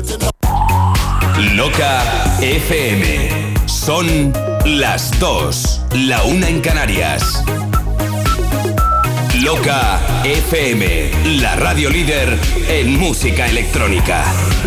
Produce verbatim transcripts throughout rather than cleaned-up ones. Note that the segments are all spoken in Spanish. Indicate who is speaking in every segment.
Speaker 1: Loca F M. Son las dos, la una en Canarias. Loca F M, la radio líder en música electrónica.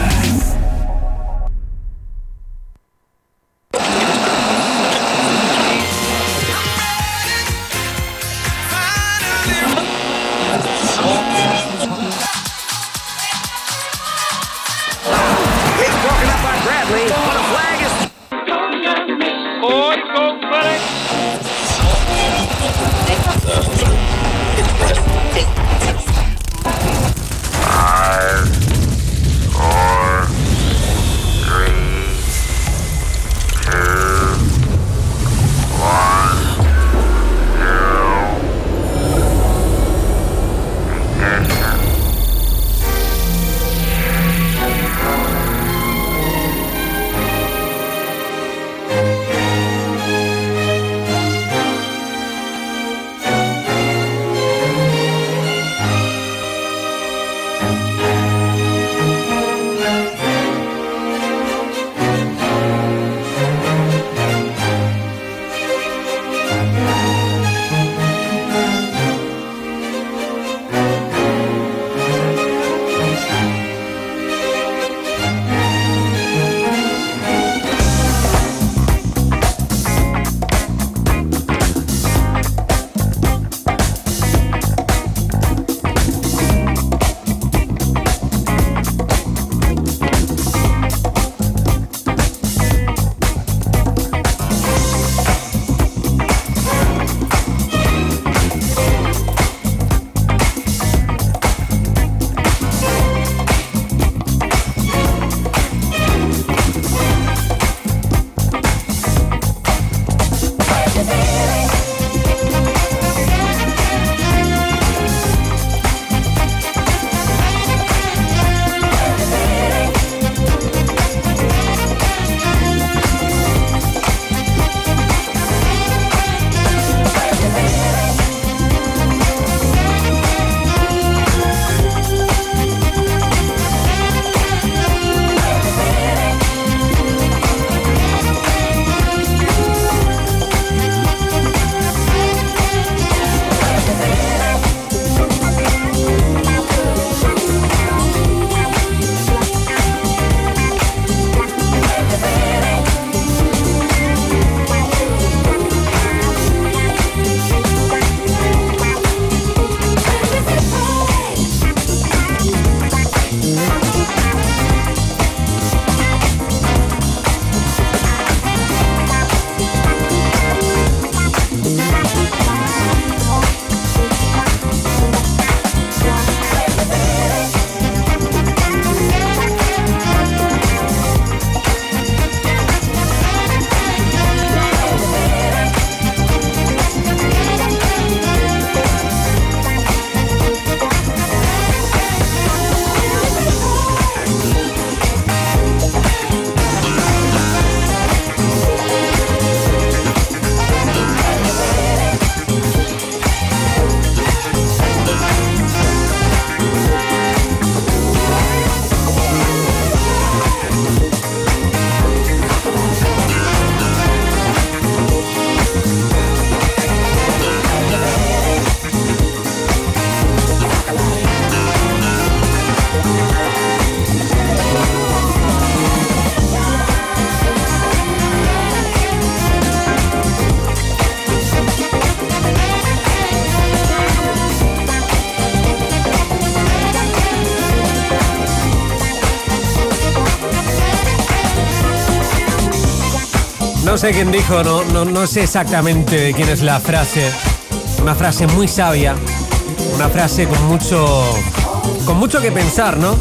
Speaker 2: No sé quién dijo, no, no, no sé exactamente de quién es la frase. Una frase muy sabia, una frase con mucho, con mucho que pensar, ¿no?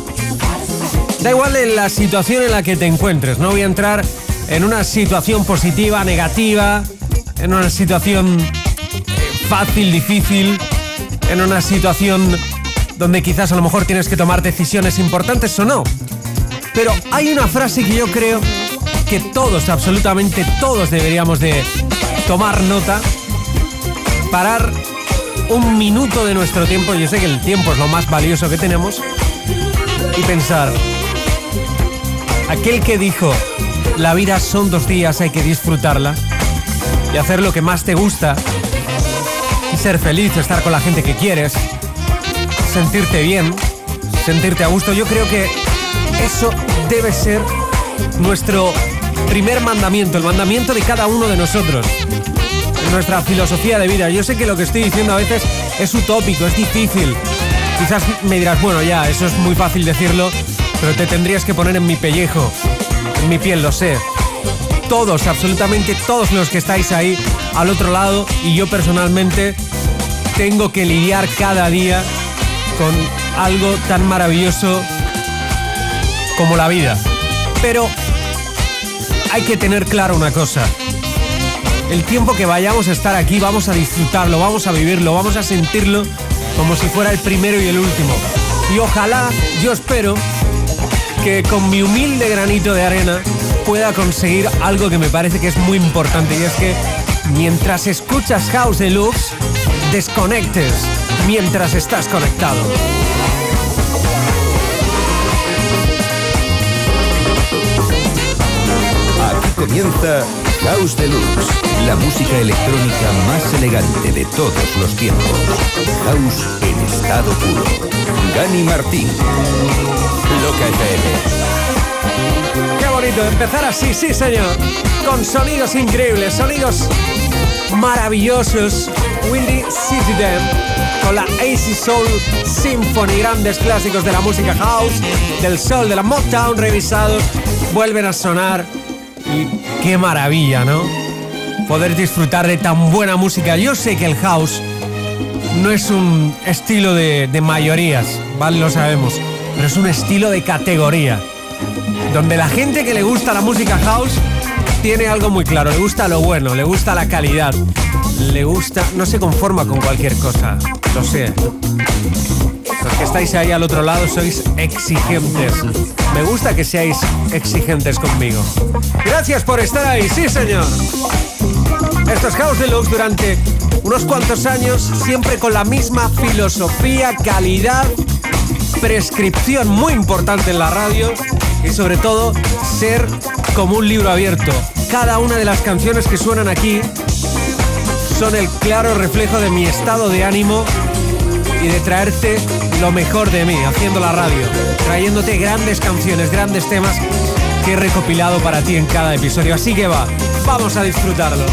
Speaker 2: Da igual en la situación en la que te encuentres, no voy a entrar en una situación positiva, negativa, en una situación fácil, difícil, en una situación donde quizás a lo mejor tienes que tomar decisiones importantes o no. Pero hay una frase que yo creo que todos, absolutamente todos deberíamos de tomar nota, parar un minuto de nuestro tiempo, yo sé que el tiempo es lo más valioso que tenemos, y pensar, aquel que dijo, la vida son dos días, hay que disfrutarla y hacer lo que más te gusta, y ser feliz, estar con la gente que quieres, sentirte bien, sentirte a gusto. Yo creo que eso debe ser nuestro primer mandamiento, el mandamiento de cada uno de nosotros, nuestra filosofía de vida. Yo sé que lo que estoy diciendo a veces es utópico, es difícil. Quizás me dirás, bueno, ya, eso es muy fácil decirlo, pero te tendrías que poner en mi pellejo, en mi piel, lo sé. Todos, absolutamente todos los que estáis ahí al otro lado, y yo personalmente tengo que lidiar cada día con algo tan maravilloso como la vida. Pero hay que tener claro una cosa. El tiempo que vayamos a estar aquí vamos a disfrutarlo, vamos a vivirlo, vamos a sentirlo como si fuera el primero y el último. Y ojalá, yo espero que con mi humilde granito de arena pueda conseguir algo que me parece que es muy importante, y es que mientras escuchas House Deluxe, desconectes mientras estás conectado.
Speaker 1: Aquí comienza House Deluxe, la música electrónica más elegante de todos los tiempos. House en estado puro. Gani Martín, Loca F M.
Speaker 2: Qué bonito empezar así, sí señor, con sonidos increíbles, sonidos maravillosos. Windy City con la Acid Soul Symphony, grandes clásicos de la música house, del soul, de la Motown revisados, vuelven a sonar. Y qué maravilla, ¿no? Poder disfrutar de tan buena música. Yo sé que el house no es un estilo de, de mayorías, ¿vale? Lo sabemos, pero es un estilo de categoría, donde la gente que le gusta la música house tiene algo muy claro, le gusta lo bueno, le gusta la calidad, le gusta, no se conforma con cualquier cosa, lo sé. Los que estáis ahí al otro lado sois exigentes. Me gusta que seáis exigentes conmigo. Gracias por estar ahí, sí señor. Esto es House Deluxe durante unos cuantos años, siempre con la misma filosofía, calidad, prescripción muy importante en la radio, y sobre todo ser como un libro abierto. Cada una de las canciones que suenan aquí son el claro reflejo de mi estado de ánimo y de traerte lo mejor de mí, haciendo la radio, trayéndote grandes canciones, grandes temas que he recopilado para ti en cada episodio. Así que va, vamos a disfrutarlo.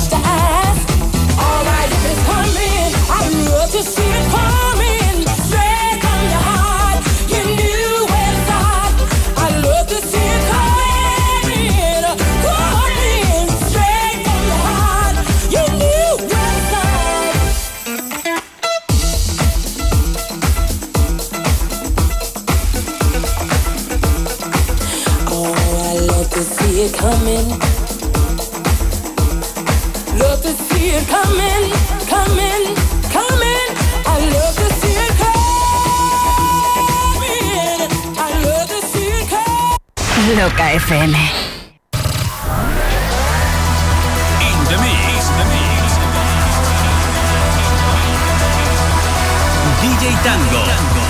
Speaker 3: have to ask. Alright, if it's coming, I'd love to see it coming. Straight from your heart, you knew where to start. I'd love to see it coming, coming. Straight from your heart, you knew where to start. Oh, I love to see it coming. Love to see it coming, coming, coming. I love to see it coming. I love to see it coming.
Speaker 4: Loca F M.
Speaker 5: In the mix, the mix. D J Tango.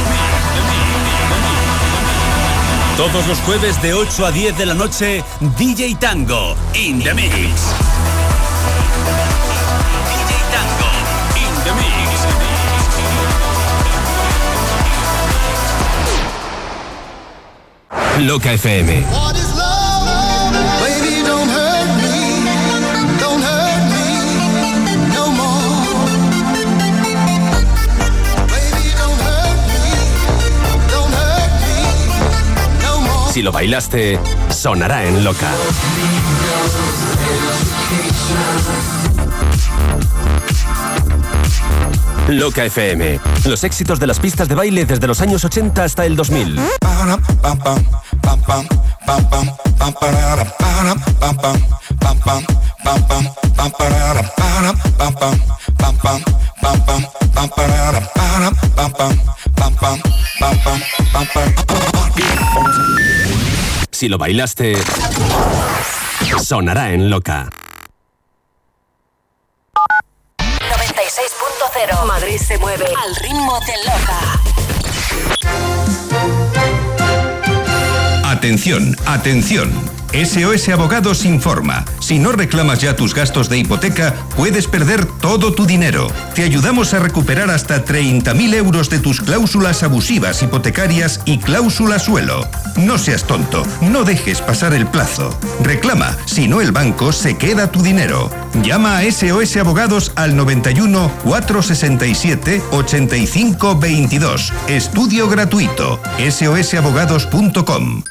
Speaker 5: Todos los jueves de ocho a diez de la noche, D J Tango. In the mix. Loca F M.
Speaker 6: What is love? Baby, don't hurt me. Don't hurt me no more. Baby, don't hurt me. Don't hurt me no more.
Speaker 5: Si lo bailaste, sonará en Loca. Loca F M. Los éxitos de las pistas de baile desde los años ochenta hasta el dos mil. Si lo bailaste, sonará en Loca.
Speaker 4: noventa y seis punto cero. Madrid se mueve al ritmo de Loca.
Speaker 1: Atención, atención. S O S Abogados informa. Si no reclamas ya tus gastos de hipoteca, puedes perder todo tu dinero. Te ayudamos a recuperar hasta treinta mil euros de tus cláusulas abusivas hipotecarias y cláusula suelo. No seas tonto, no dejes pasar el plazo. Reclama, si no el banco se queda tu dinero. Llama a S O S Abogados al noventa y uno, cuatrocientos sesenta y siete, ochenta y cinco veintidós. Estudio gratuito. S O S abogados punto com.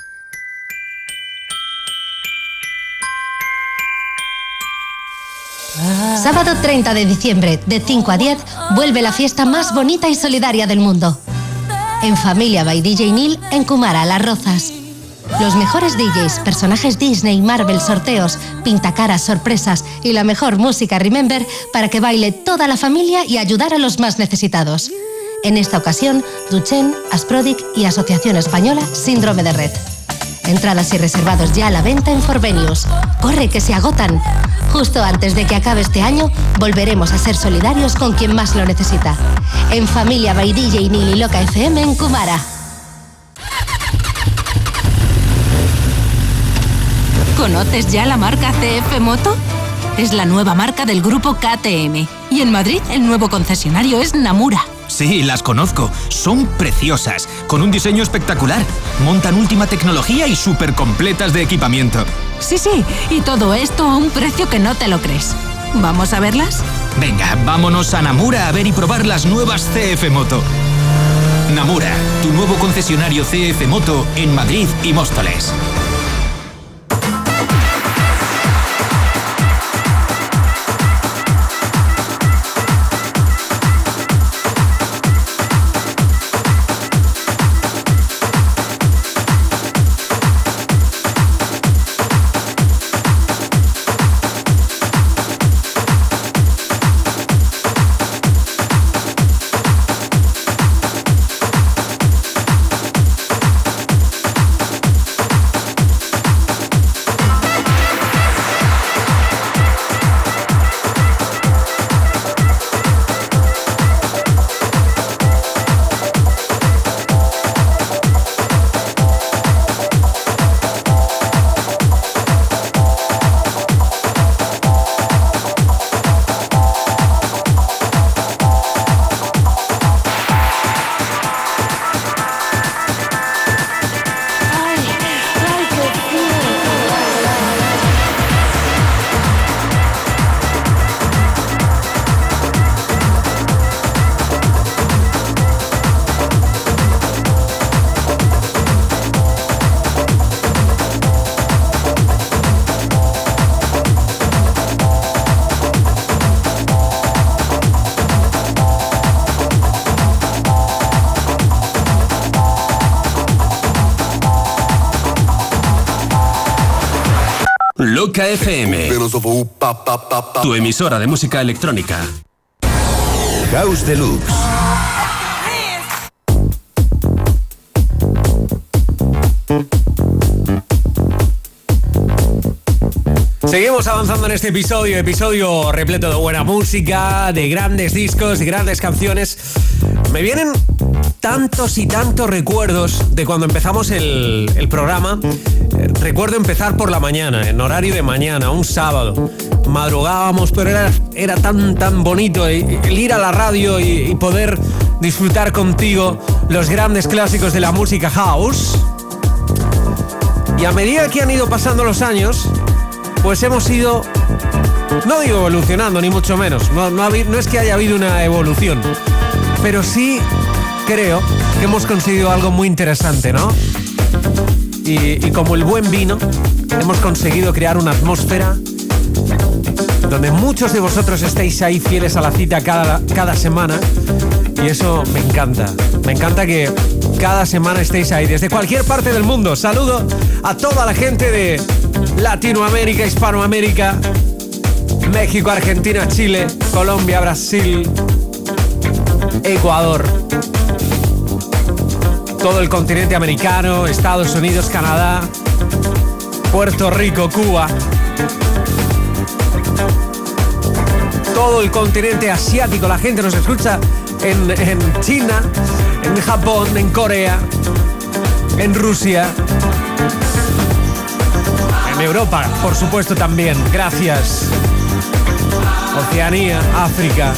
Speaker 7: Sábado treinta de diciembre, de cinco a diez, vuelve la fiesta más bonita y solidaria del mundo. En Familia by D J Neil, en Kumara, Las Rozas. Los mejores D Js, personajes Disney, Marvel, sorteos, pintacaras, sorpresas y la mejor música Remember para que baile toda la familia y ayudar a los más necesitados. En esta ocasión, Duchen, Asprodic y Asociación Española Síndrome de Red. Entradas y reservados ya a la venta en Forvenius. ¡Corre, que se agotan! Justo antes de que acabe este año, volveremos a ser solidarios con quien más lo necesita. En Familia by D J Neil y Loca F M en Kumara.
Speaker 8: ¿Conoces ya la marca C F Moto? Es la nueva marca del grupo K T M. Y en Madrid, el nuevo concesionario es Namura.
Speaker 9: Sí, las conozco. Son preciosas, con un diseño espectacular. Montan última tecnología y súper completas de equipamiento.
Speaker 8: Sí, sí, y todo esto a un precio que no te lo crees. ¿Vamos a verlas?
Speaker 9: Venga, vámonos a Namura a ver y probar las nuevas C F Moto. Namura, tu nuevo concesionario C F Moto en Madrid y Móstoles.
Speaker 5: Loca F M. Tu emisora de música electrónica.
Speaker 1: House Deluxe.
Speaker 2: Seguimos avanzando en este episodio, episodio repleto de buena música, de grandes discos y grandes canciones. Me vienen tantos y tantos recuerdos de cuando empezamos el, el programa. Eh, recuerdo empezar por la mañana, en horario de mañana, un sábado. Madrugábamos, pero era, era tan, tan bonito el, el ir a la radio y, y poder disfrutar contigo los grandes clásicos de la música house. Y a medida que han ido pasando los años, pues hemos ido, no digo evolucionando, ni mucho menos, no, no, ha, no es que haya habido una evolución, pero sí creo que hemos conseguido algo muy interesante, ¿no? Y, y como el buen vino, hemos conseguido crear una atmósfera donde muchos de vosotros estéis ahí fieles a la cita cada, cada semana, y eso me encanta. Me encanta que cada semana estéis ahí, desde cualquier parte del mundo. Saludo a toda la gente de Latinoamérica, Hispanoamérica, México, Argentina, Chile, Colombia, Brasil, Ecuador, todo el continente americano, Estados Unidos, Canadá, Puerto Rico, Cuba, todo el continente asiático. La gente nos escucha en, en China, en Japón, en Corea, en Rusia, en Europa, por supuesto, también. Gracias. Oceanía, África.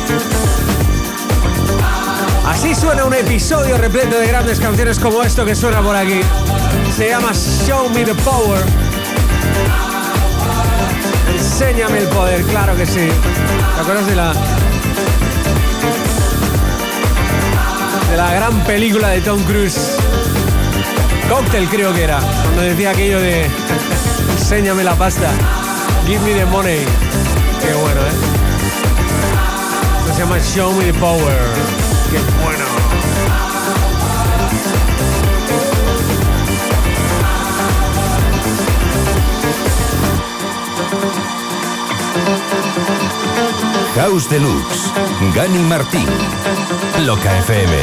Speaker 2: Así suena un episodio repleto de grandes canciones como esto que suena por aquí. Se llama Show Me the Power. Enséñame el poder, claro que sí. ¿Te acuerdas de la de la gran película de Tom Cruise? Cocktail, creo que era, cuando decía aquello de enséñame la pasta, give me the money. Qué bueno, ¿eh? Esto se llama Show Me the Power. Qué bueno.
Speaker 1: House Deluxe, Gani Martín, Loca F M.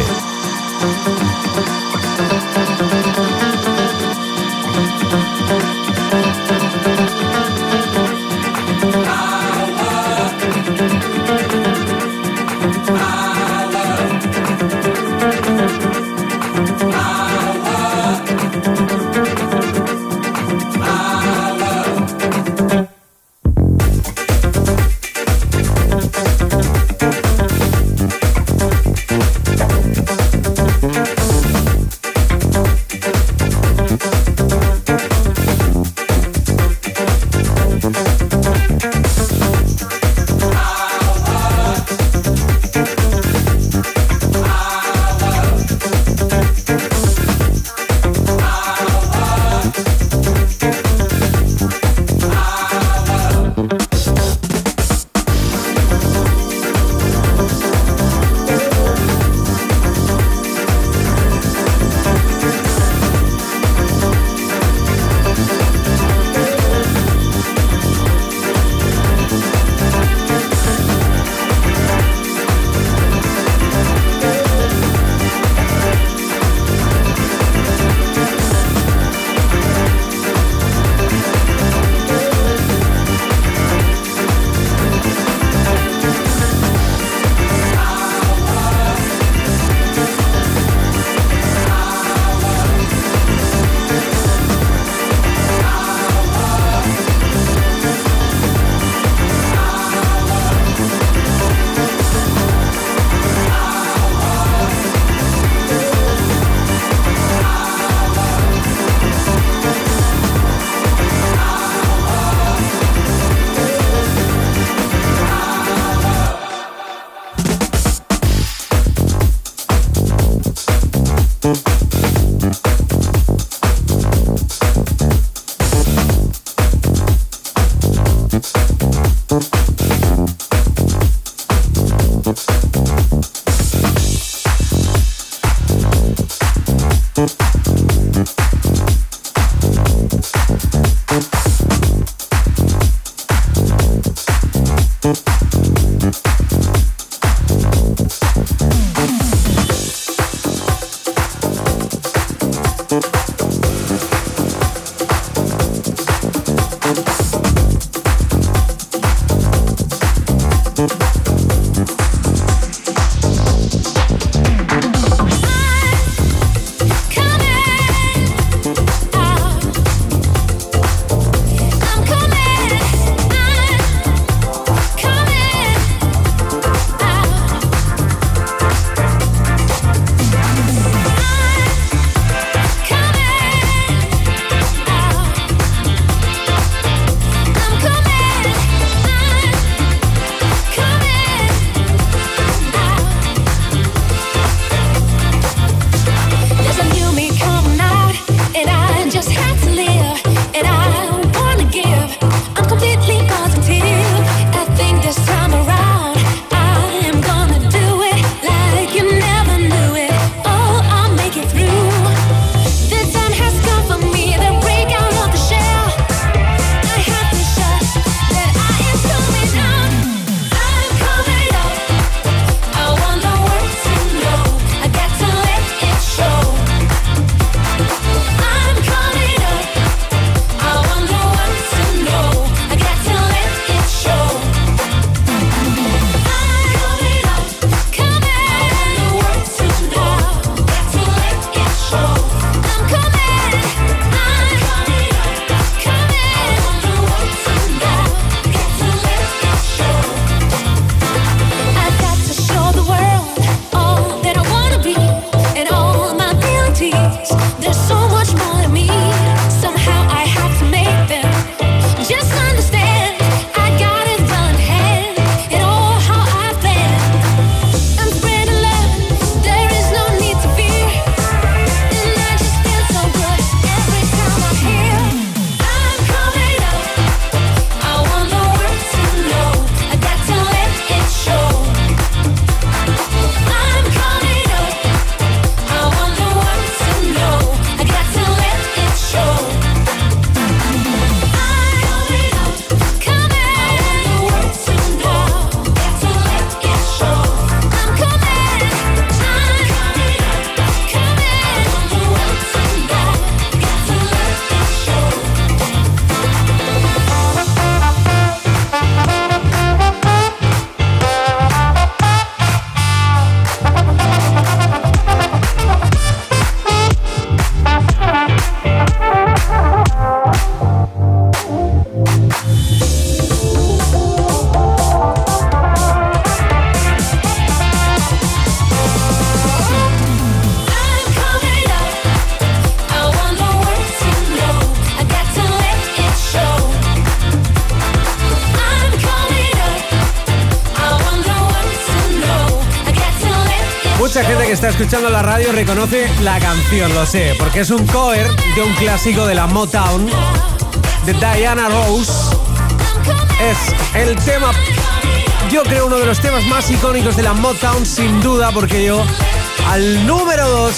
Speaker 2: está escuchando la radio reconoce la canción, lo sé, porque es un cover de un clásico de la Motown, de Diana Ross. Es el tema, yo creo, uno de los temas más icónicos de la Motown, sin duda, porque yo al número dos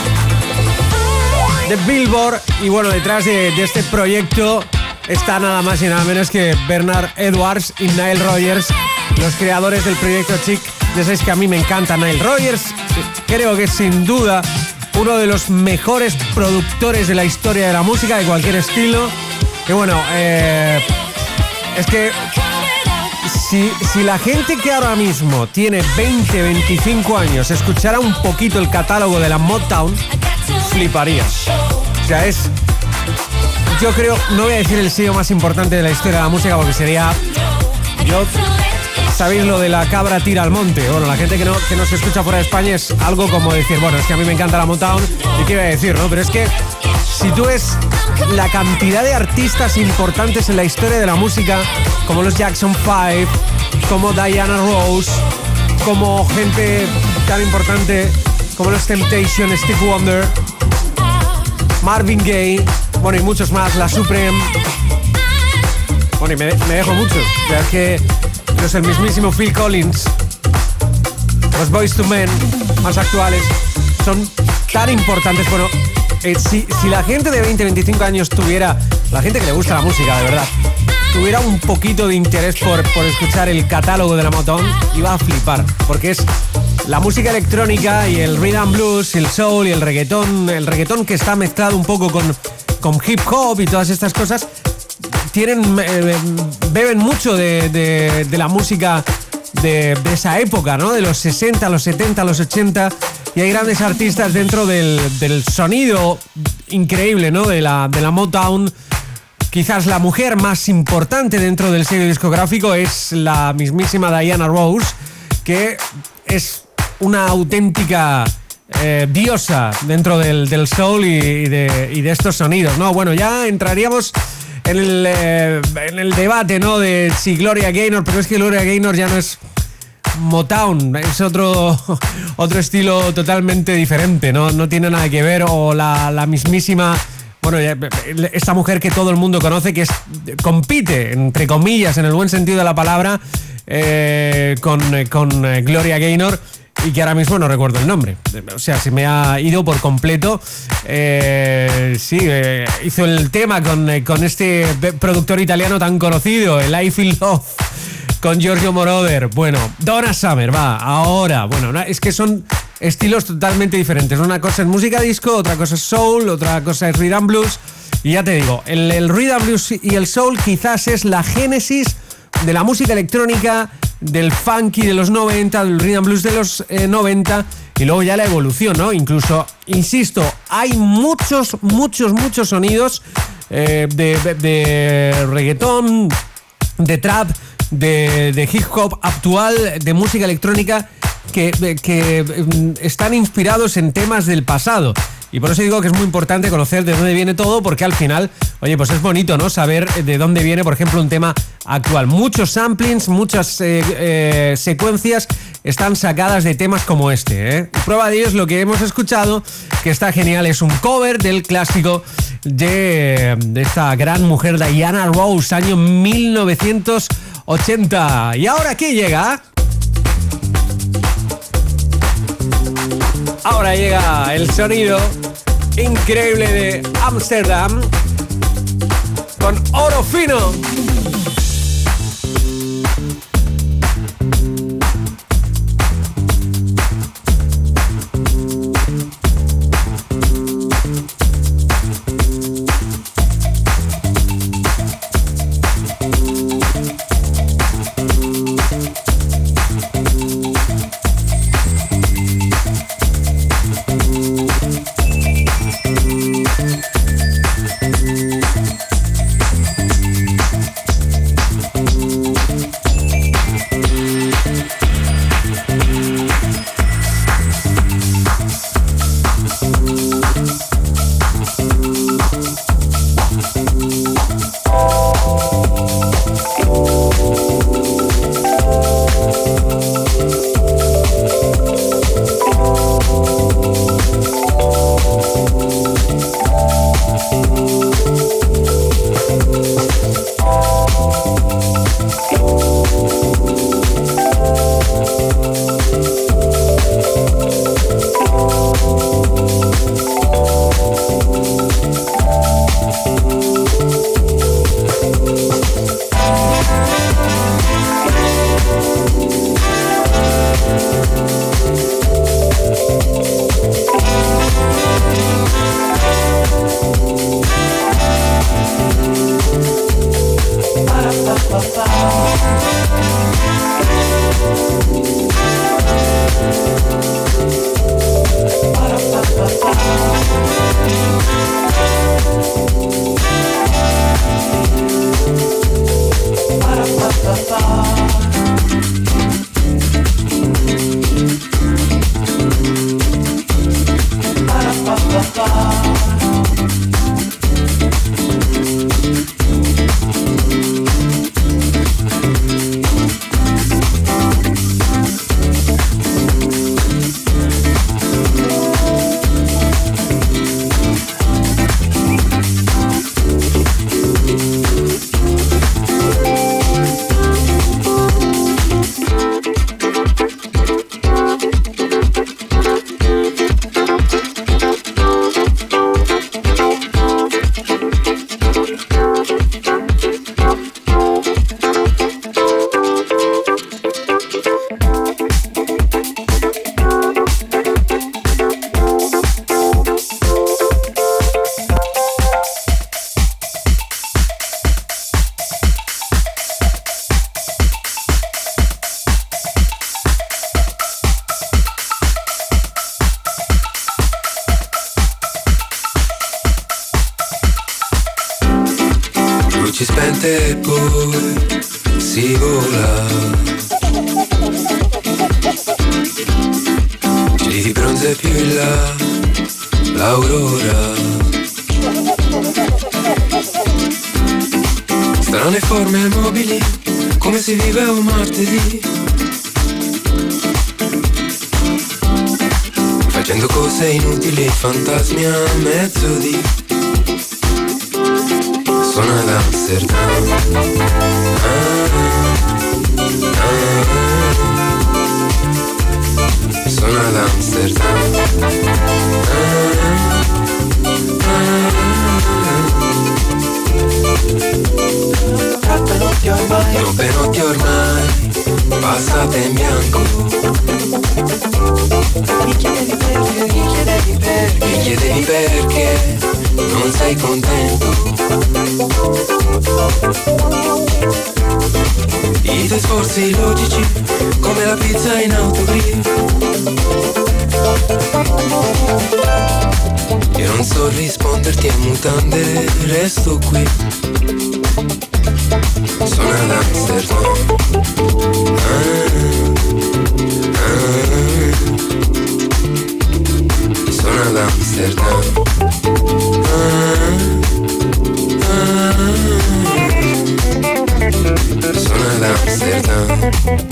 Speaker 2: de Billboard. Y bueno, detrás de, de este proyecto está nada más y nada menos que Bernard Edwards y Nile Rodgers, los creadores del proyecto Chic. Ya sabéis que a mí me encanta Nile Rodgers, creo que es sin duda uno de los mejores productores de la historia de la música, de cualquier estilo. Y bueno, eh, es que si, si la gente que ahora mismo tiene veinte, veinticinco años escuchara un poquito el catálogo de la Motown, fliparía. O sea, es, yo creo, no voy a decir el sello más importante de la historia de la música porque sería, yo, sabéis lo de la cabra tira al monte. Bueno, la gente que no, que no se escucha fuera de España es algo como decir, bueno, es que a mí me encanta la Motown y qué voy a decir, ¿no? Pero es que si tú ves la cantidad de artistas importantes en la historia de la música, como los Jackson Five, como Diana Ross, como gente tan importante como los Temptation, Stevie Wonder, Marvin Gaye, bueno, y muchos más, la Supreme. Bueno, y me, me dejo muchos. O sea, es que los el mismísimo Phil Collins, los Boyz two Men más actuales, son tan importantes. Bueno, eh, si, si la gente de veinte, veinticinco años tuviera, la gente que le gusta la música, de verdad, tuviera un poquito de interés por, por escuchar el catálogo de la Motown, iba a flipar, porque es la música electrónica y el rhythm and blues, y el soul y el reggaetón, el reggaetón que está mezclado un poco con, con hip hop y todas estas cosas, tienen, eh, beben mucho de, de, de la música de, de esa época, ¿no? De los sesenta, los setenta, los ochenta, y hay grandes artistas dentro del, del sonido increíble, ¿no? De la, de la Motown. Quizás la mujer más importante dentro del sello discográfico es la mismísima Diana Ross, que es una auténtica eh, diosa dentro del, del soul y, y, de, y de estos sonidos, ¿no? Bueno, ya entraríamos en el, eh, en el debate, ¿no? De si Gloria Gaynor, pero es que Gloria Gaynor ya no es Motown, es otro, otro estilo totalmente diferente, ¿no? No tiene nada que ver, o la, la mismísima... Bueno, esta mujer que todo el mundo conoce, que es, compite, entre comillas, en el buen sentido de la palabra, eh, con, con Gloria Gaynor, y que ahora mismo no recuerdo el nombre. O sea, se me ha ido por completo. Eh, sí, eh, hizo el tema con, con este productor italiano tan conocido, el I Feel Love, con Giorgio Moroder. Bueno, Donna Summer, va, ahora. Bueno, es que son estilos totalmente diferentes. Una cosa es música disco, otra cosa es soul, otra cosa es rhythm and blues. Y ya te digo, el, el rhythm and blues y el soul quizás es la génesis de la música electrónica, del funky de los noventa, del rhythm and blues de los eh, noventa, y luego ya la evolución, ¿no? Incluso, insisto, hay muchos, muchos, muchos sonidos eh, de, de, de reggaetón, de trap, de, de hip hop actual, de música electrónica, que, que están inspirados en temas del pasado. Y por eso digo que es muy importante conocer de dónde viene todo, porque al final, oye, pues es bonito, ¿no? Saber de dónde viene, por ejemplo, un tema actual. Muchos samplings, muchas eh, eh, secuencias están sacadas de temas como este, ¿eh? Y prueba de ello es lo que hemos escuchado, que está genial. Es un cover del clásico de, de esta gran mujer, Diana Ross, año mil novecientos ochenta. ¿Y ahora qué llega? Ahora llega el sonido increíble de Amsterdam con Oro Fino.
Speaker 10: luci spente e poi si vola. Giri di bronzo e più in là l'aurora. Strane forme mobili, come si vive un martedì, facendo cose inutili, fantasmi a mezzodì. Sono ad Amsterdam, ah, ah, sono ad Amsterdam, ah, troppe notti ormai passate in bianco. Mi chiedevi perché, mi chiedevi perché, mi chiedevi perché non sei contento. I tuoi sforzi logici come la pizza in autogrill. Io non so risponderti a mutande, resto qui. Sono ad Amsterdam, ah, ah, sono ad Amsterdam, ah, ah, sono ad Amsterdam.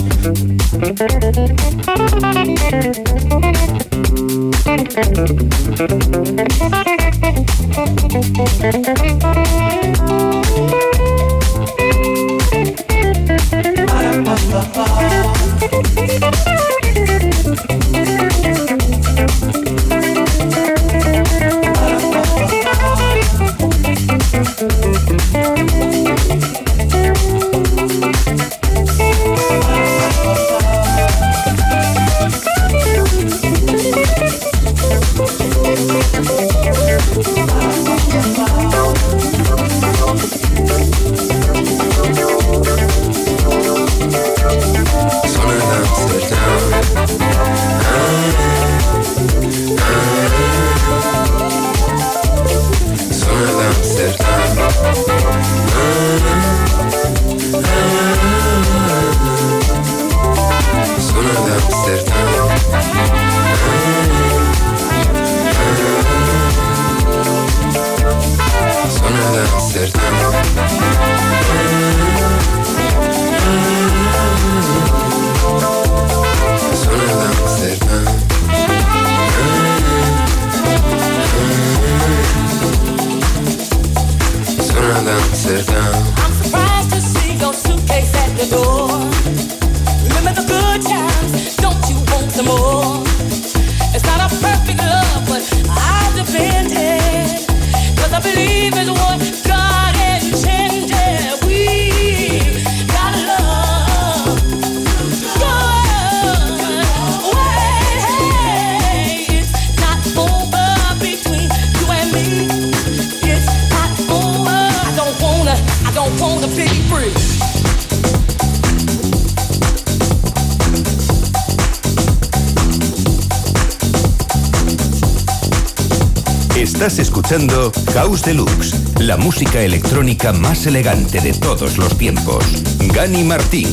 Speaker 1: Estás escuchando House Deluxe, la música electrónica más elegante de todos los tiempos. Gani Martín.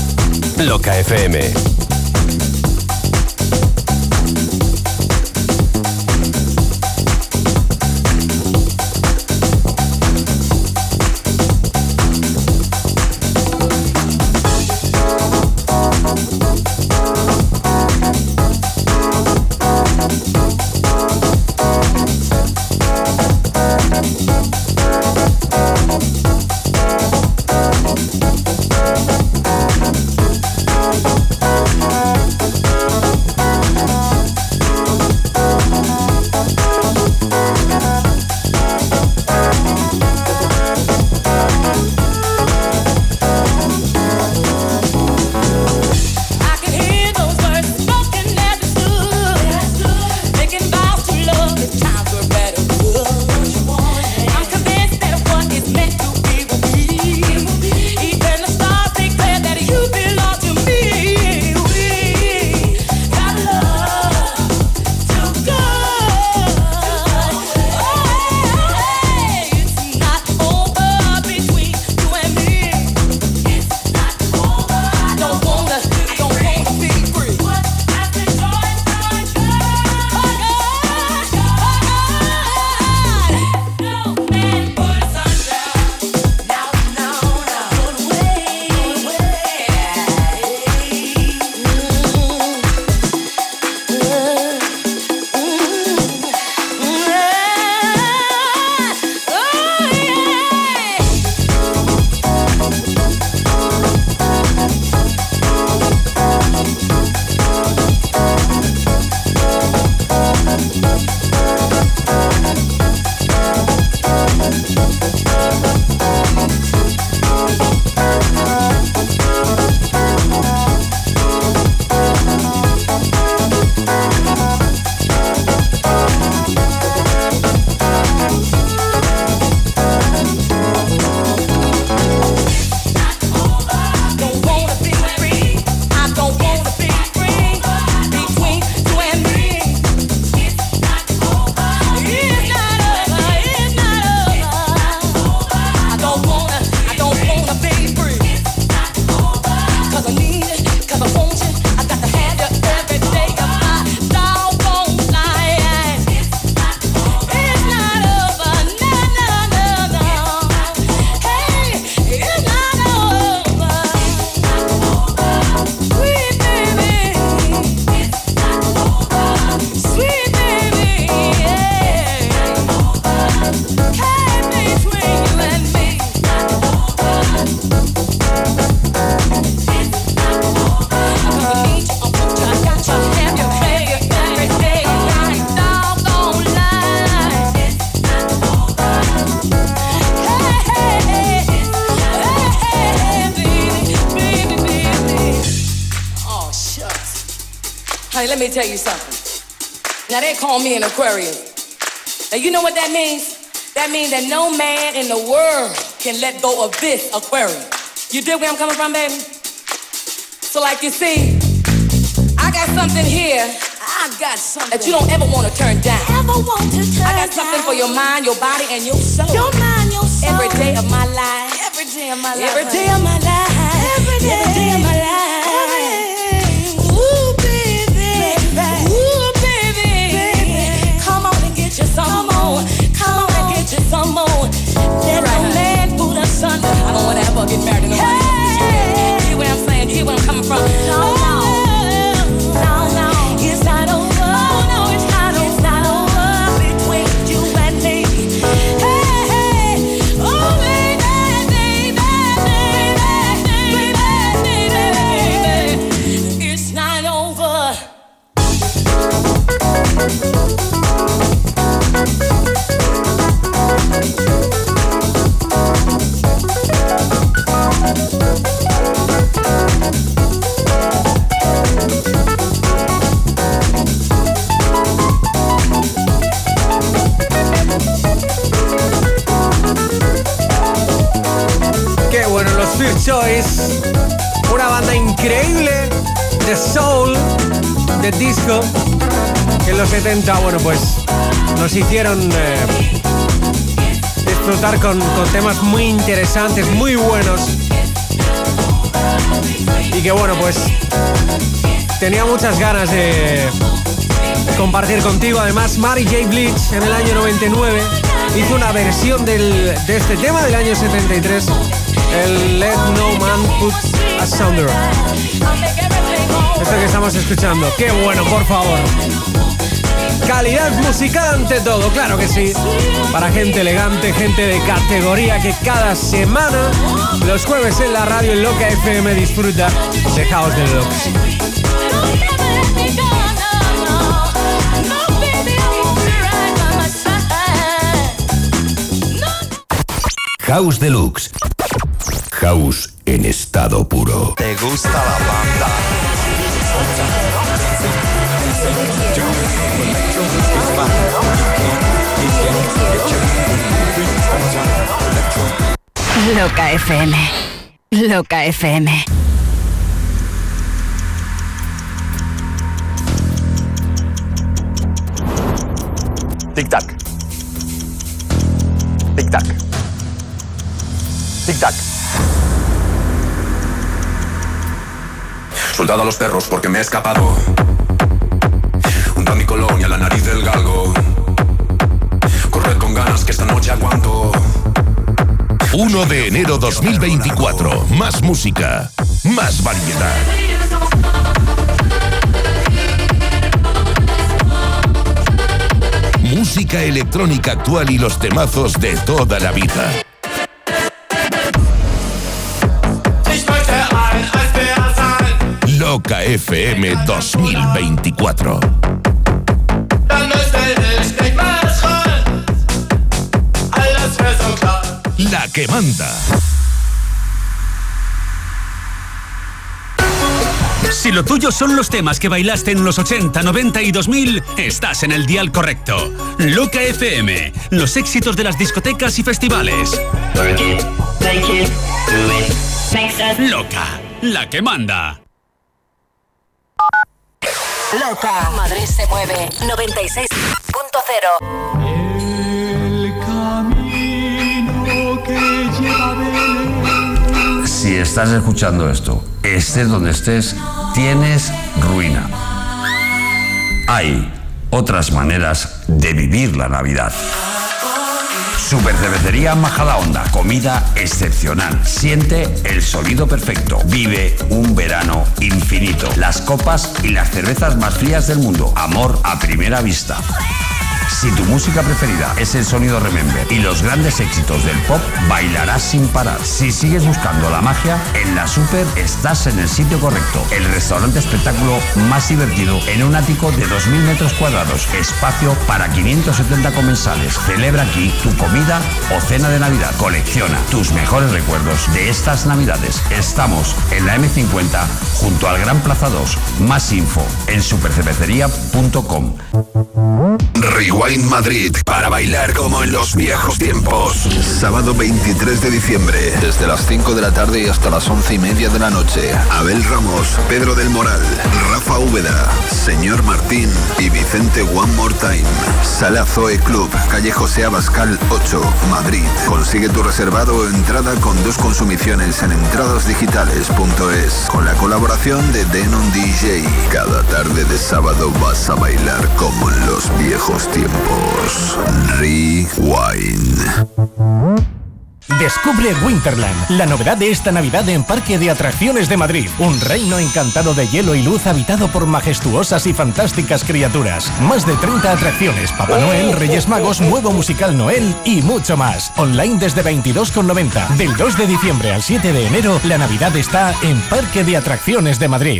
Speaker 11: Loca F M.
Speaker 3: Everybody, let me tell you something. Now they call me an Aquarius. Now you know what that means? That means that no man in the world can let go of this Aquarius. You dig where I'm coming from, baby? So like you see, I got something here. I got something that you don't ever want to turn down. Ever want to turn I got something down. For your mind, your body, and your soul. Your mind, your soul. Every day of my life. Every day of my life. Every day of my life. Every day, Every day of my life. Ooh, baby. baby. Ooh, baby. baby. Come on and get you some more. Come on and get you some more. Let right, no man put us under. I don't want to ever get married to nobody. Hey. Hear what I'm saying? Hear where I'm coming from? No, no. No, no. It's not over. Oh, no, it's not over. It's not over between you and me. Hey, hey. Oh, baby, baby, baby, baby, baby. It's not over.
Speaker 2: Qué bueno, los First Choice, una banda increíble de soul, de disco, que en los setenta, bueno, pues nos hicieron eh, disfrutar con, con temas muy interesantes, muy buenos, y que bueno, pues tenía muchas ganas de compartir contigo. Además, Mary J. Blige en el año noventa y nueve hizo una versión del, de este tema del año setenta y tres, el Let No Man Put Asunder. Esto que estamos escuchando, qué bueno, por favor. Calidad musical ante todo, claro que sí. Para gente elegante, gente de categoría que cada semana, los jueves en la radio en Loca F M, disfruta de House Deluxe.
Speaker 1: House Deluxe. House en estado puro.
Speaker 12: ¿Te gusta la banda?
Speaker 8: Loca F M. Loca F M.
Speaker 12: Tic-tac. Tic-tac. Tic-tac.
Speaker 13: Soldado a los perros porque me he escapado. Junto a mi colonia, la nariz del galgo. Corred con ganas que esta noche aguanto.
Speaker 1: uno de enero dos mil veinticuatro. Más música, más variedad. Música electrónica actual y los temazos de toda la vida. Loca F M dos mil veinticuatro. La que manda.
Speaker 5: Si lo tuyo son los temas que bailaste en los ochenta, noventa y dos mil, estás en el dial correcto. Loca F M, los éxitos de las discotecas y festivales. Loca, la que manda.
Speaker 4: Loca. Madrid se mueve. noventa y seis punto cero.
Speaker 14: El camino que lleva a Belén.
Speaker 15: Si estás escuchando esto, estés donde estés, tienes ruina. Hay otras maneras de vivir la Navidad. Supercervecería Majadahonda, comida excepcional. Siente el sonido perfecto. Vive un verano infinito. Las copas y las cervezas más frías del mundo. Amor a primera vista. Si tu música preferida es el sonido Remember y los grandes éxitos del pop, bailarás sin parar. Si sigues buscando la magia, en la Super estás en el sitio correcto. El restaurante espectáculo más divertido en un ático de dos mil metros cuadrados. Espacio para quinientos setenta comensales. Celebra aquí tu comida o cena de Navidad. Colecciona tus mejores recuerdos de estas Navidades. Estamos en la eme cincuenta junto al Gran Plaza dos. Más info en supercervecería punto com.
Speaker 1: Rewind Madrid, para bailar como en los viejos tiempos. Sábado veintitrés de diciembre, desde las cinco de la tarde y hasta las once y media de la noche. Abel Ramos, Pedro del Moral, Rafa Úbeda, Señor Martín y Vicente One More Time. Sala Zoe Club, calle José Abascal ocho, Madrid. Consigue tu reservado o entrada con dos consumiciones en entradasdigitales punto es. Con la colaboración de Denon D J. Cada tarde de sábado vas a bailar como en los viejos tiempos. Rewind.
Speaker 16: Descubre Winterland, la novedad de esta Navidad en Parque de Atracciones de Madrid. Un reino encantado de hielo y luz habitado por majestuosas y fantásticas criaturas. Más de treinta atracciones, Papá Noel, Reyes Magos, nuevo musical Noel y mucho más. Online desde veintidós con noventa. Del dos de diciembre al siete de enero, la Navidad está en Parque de Atracciones de Madrid.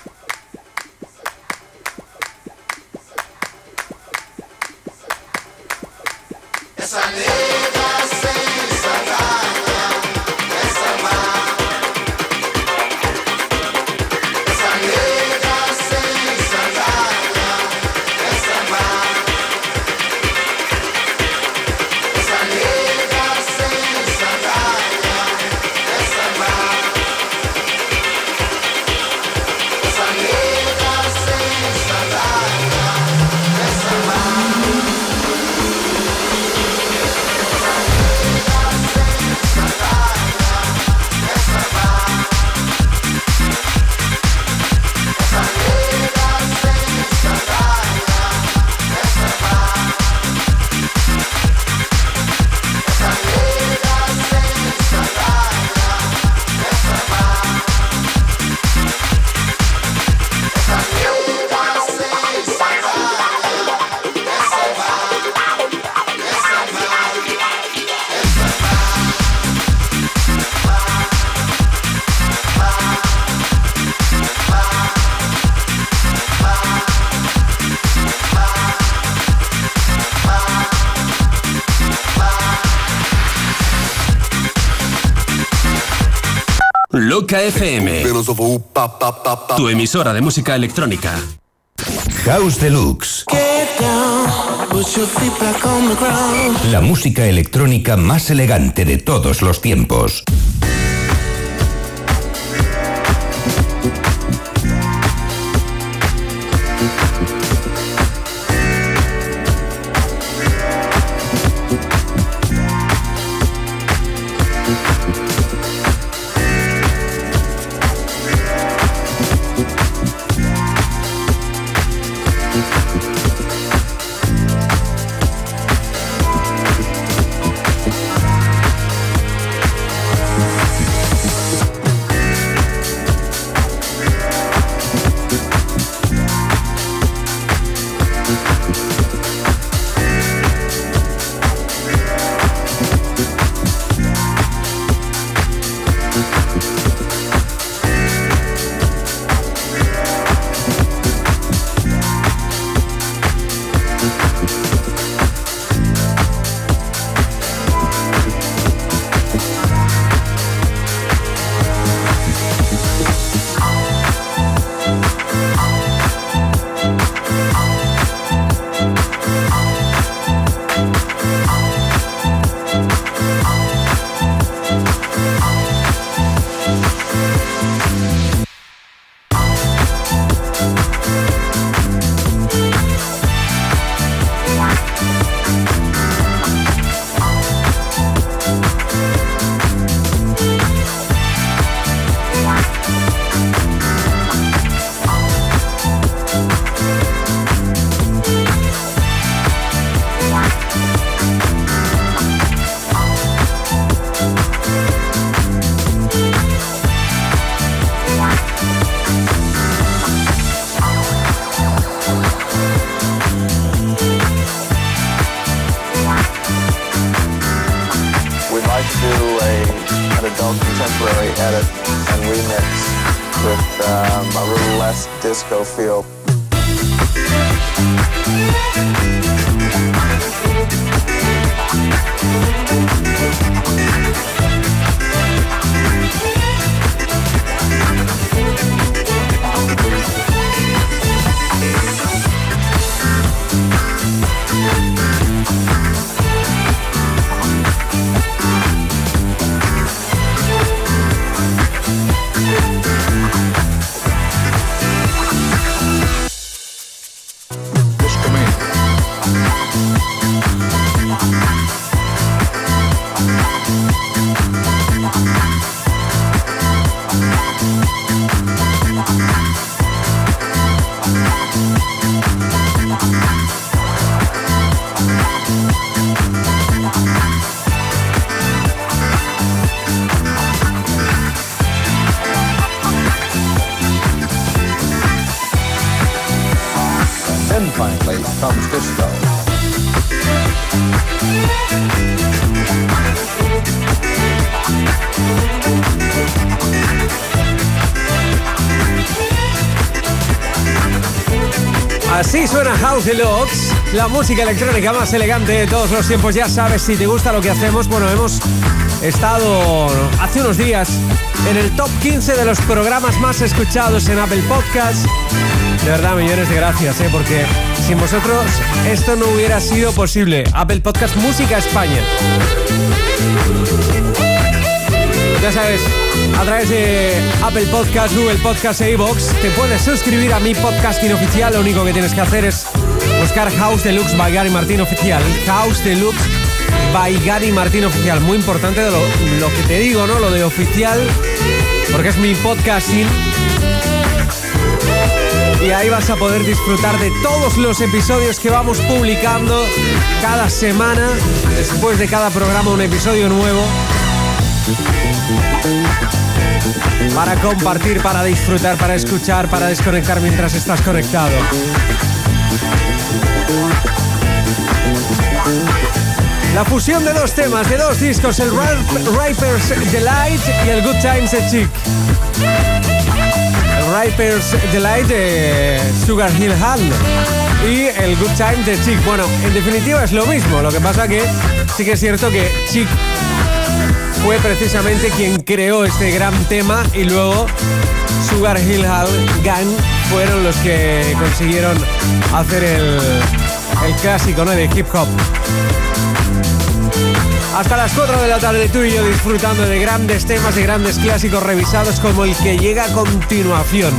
Speaker 11: Loca F M, tu emisora de música electrónica.
Speaker 1: House Deluxe. La música electrónica más elegante de todos los tiempos.
Speaker 17: do a, an adult contemporary edit and remix with um, a little less disco feel.
Speaker 18: Then finally comes disco.
Speaker 2: Así suena House Deluxe, la música electrónica más elegante de todos los tiempos. Ya sabes, si te gusta lo que hacemos, bueno, hemos estado hace unos días en el top quince de los programas más escuchados en Apple Podcasts. De verdad, millones de gracias, ¿eh? Porque sin vosotros esto no hubiera sido posible. Apple Podcast Música España. Ya sabes, a través de Apple Podcast, Google Podcast e iVoox te puedes suscribir a mi podcasting oficial. Lo único que tienes que hacer es buscar House Deluxe by Gary Martín Oficial. House Deluxe by Gary Martín Oficial. Muy importante de lo, lo que te digo, ¿no? Lo de oficial, porque es mi podcasting. Y ahí vas a poder disfrutar de todos los episodios que vamos publicando cada semana. Después de cada programa, un episodio nuevo. Para compartir, para disfrutar, para escuchar, para desconectar mientras estás conectado. La fusión de dos temas, de dos discos, el Riper's Delight y el Good Times de Chic. El Riper's Delight de Sugar Hill Gang y el Good Times de Chic. Bueno, en definitiva es lo mismo, lo que pasa que sí que es cierto que Chic fue precisamente quien creó este gran tema y luego Sugar Hill Gang fueron los que consiguieron hacer el, el clásico, ¿no?, de hip hop. Hasta las cuatro de la tarde tú y yo disfrutando de grandes temas, de grandes clásicos revisados como el que llega a continuación.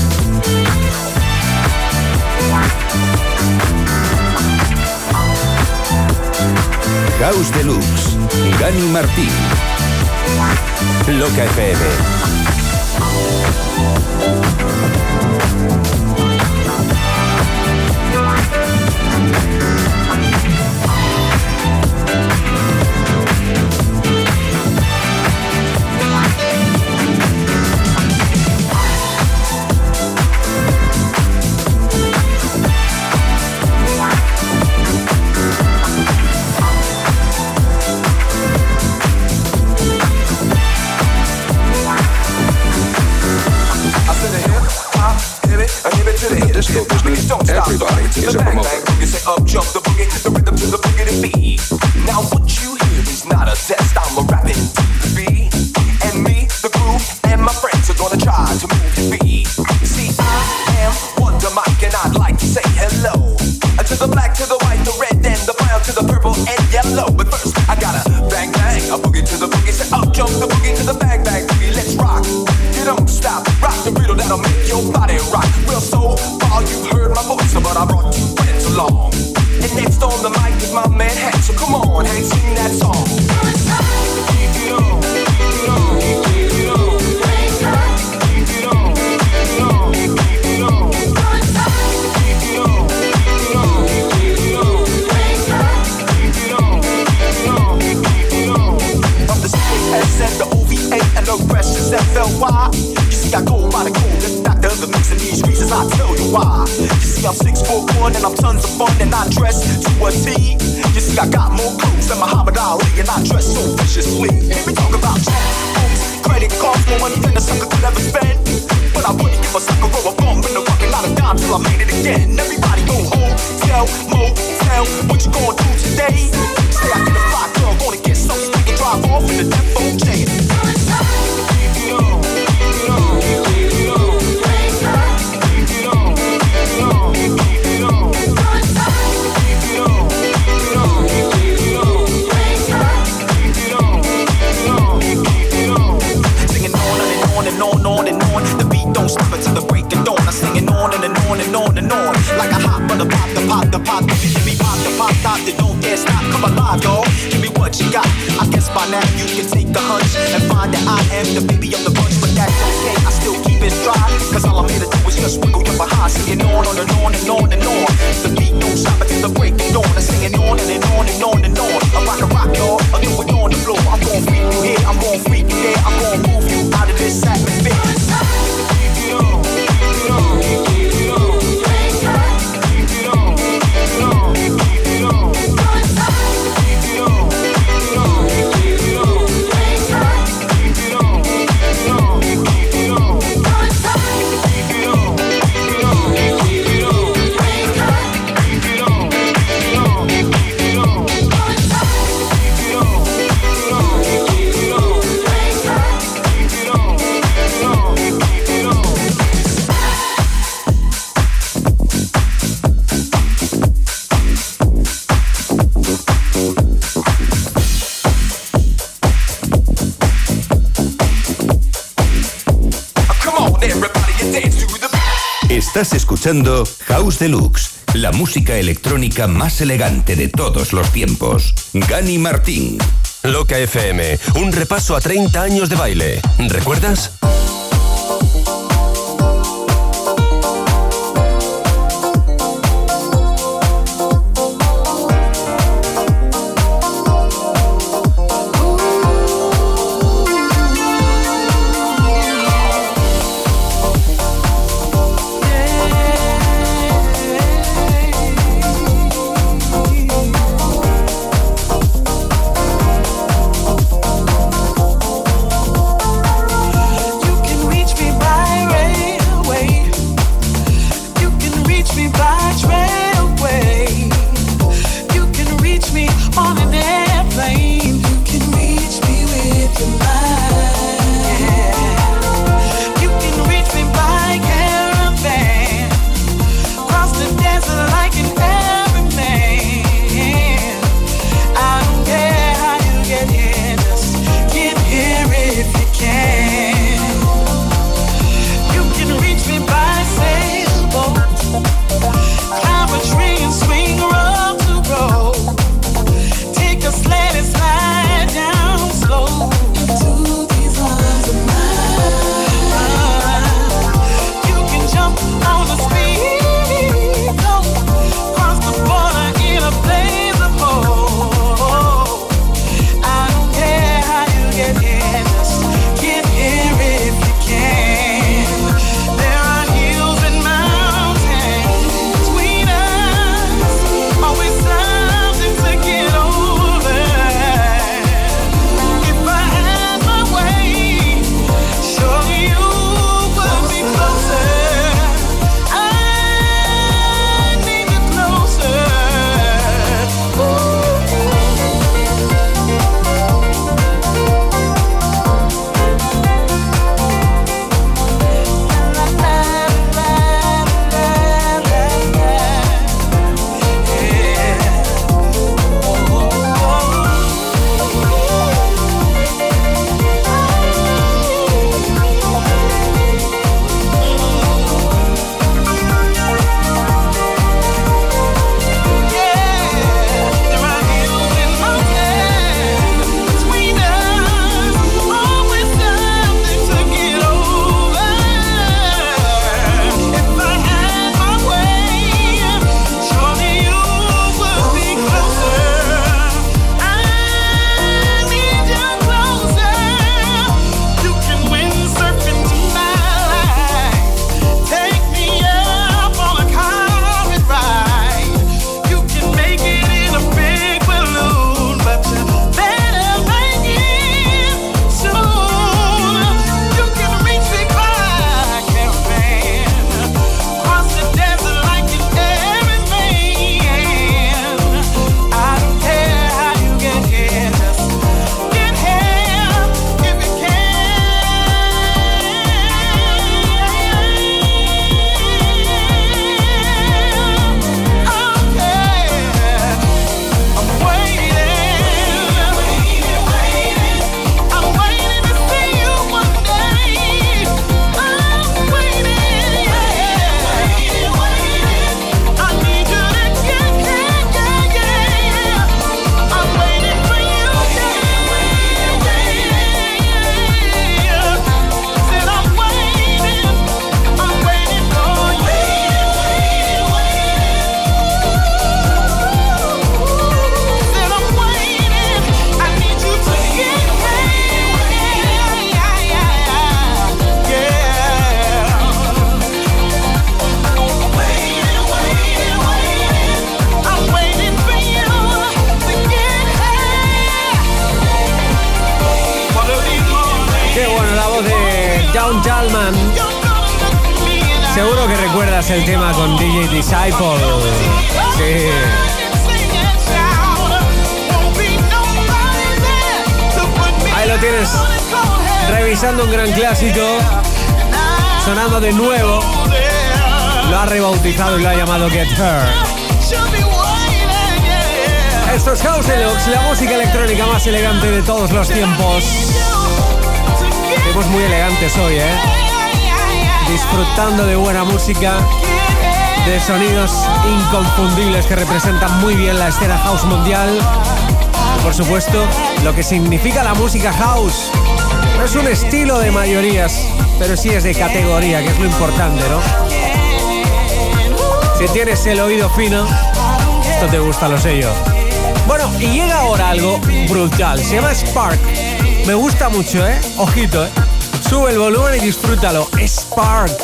Speaker 1: House Deluxe, Gani Martín. Loca F M.
Speaker 19: Everybody is a promoter. You say up jump the boogie, the rhythm to the boogie to beat. Now what you hear is not a test. I'm a rapping to the beat, and me, the groove, and my friends are gonna try to move the beat. See, I am Wonder Mike, and I'd like to say hello to the black, to the white, the red, and the brown, to the purple and yellow. But first, I gotta bang bang a boogie to the boogie. Say up jump the boogie to the bang bang boogie. Let's rock. You don't stop, rock the riddle that'll make your body rock. Well, so far you've heard my voice, but I brought two friends along. And next on the mic is my man Hank. So come on, Hank, sing that song. Keep it on, keep it on, keep it on. Keep it on, keep it on, keep it on. Keep it on, keep it on, keep it on. Keep it on, keep it on, keep it on. From the C S and the O V A and the rest is F L Y. You see, I go by the code, the doctor, the mix of these reasons. and I'll tell you why. You see, I'm six foot one and I'm tons of fun and I dress to a T. You see, I got more clothes than Muhammad Ali and I dress so viciously. We talk about checks, credit cards, more money than a sucker could ever spend. But I wouldn't give a sucker or a bum in the rockin' out of dime till I made it again. Everybody go hotel, motel, what you gonna do today? Say I get a fly girl, gonna get something, we can drive off in the Death O J. On, on and on, the beat don't stop until the break of dawn. I'm singing on and, and on and on and on, like a hot butter pop, the pop, the pop, the give me pop, the pop, stop, the don't dare stop. Come alive, y'all, give me what you got. I guess by now you can take a hunch and find that I am the baby of the bunch, but that's okay. I still keep it dry, cause all I'm here to do is just wiggle your behind, singing on, on and on and on and on. The beat don't stop until the break of dawn. I'm singing on and, and on and on and on. I rock a rock, y'all, I do it on the floor. I'm gon' freak you here, I'm gon' freak you there, I'm gon' move you out of this atmosphere.
Speaker 1: Estás escuchando House Deluxe, la música electrónica más elegante de todos los tiempos. Gani Martín.
Speaker 11: Loca F M, un repaso a treinta años de baile. ¿Recuerdas?
Speaker 3: You
Speaker 2: Down Dalman. Seguro que recuerdas el tema con D J Disciple. Sí. Ahí lo tienes, revisando un gran clásico, sonando de nuevo. Lo ha rebautizado y lo ha llamado Get Her. Esto es House Deluxe, la música electrónica más elegante de todos los tiempos. Estamos muy elegantes hoy, ¿eh? Disfrutando de buena música, de sonidos inconfundibles que representan muy bien la escena house mundial. Y por supuesto, lo que significa la música house. No es un estilo de mayorías, pero sí es de categoría, que es lo importante, ¿no? Si tienes el oído fino, esto te gusta, lo sé yo. Bueno, y llega ahora algo brutal. Se llama Spark. Me gusta mucho, ¿eh? Ojito, ¿eh? Sube el volumen y disfrútalo. Spark.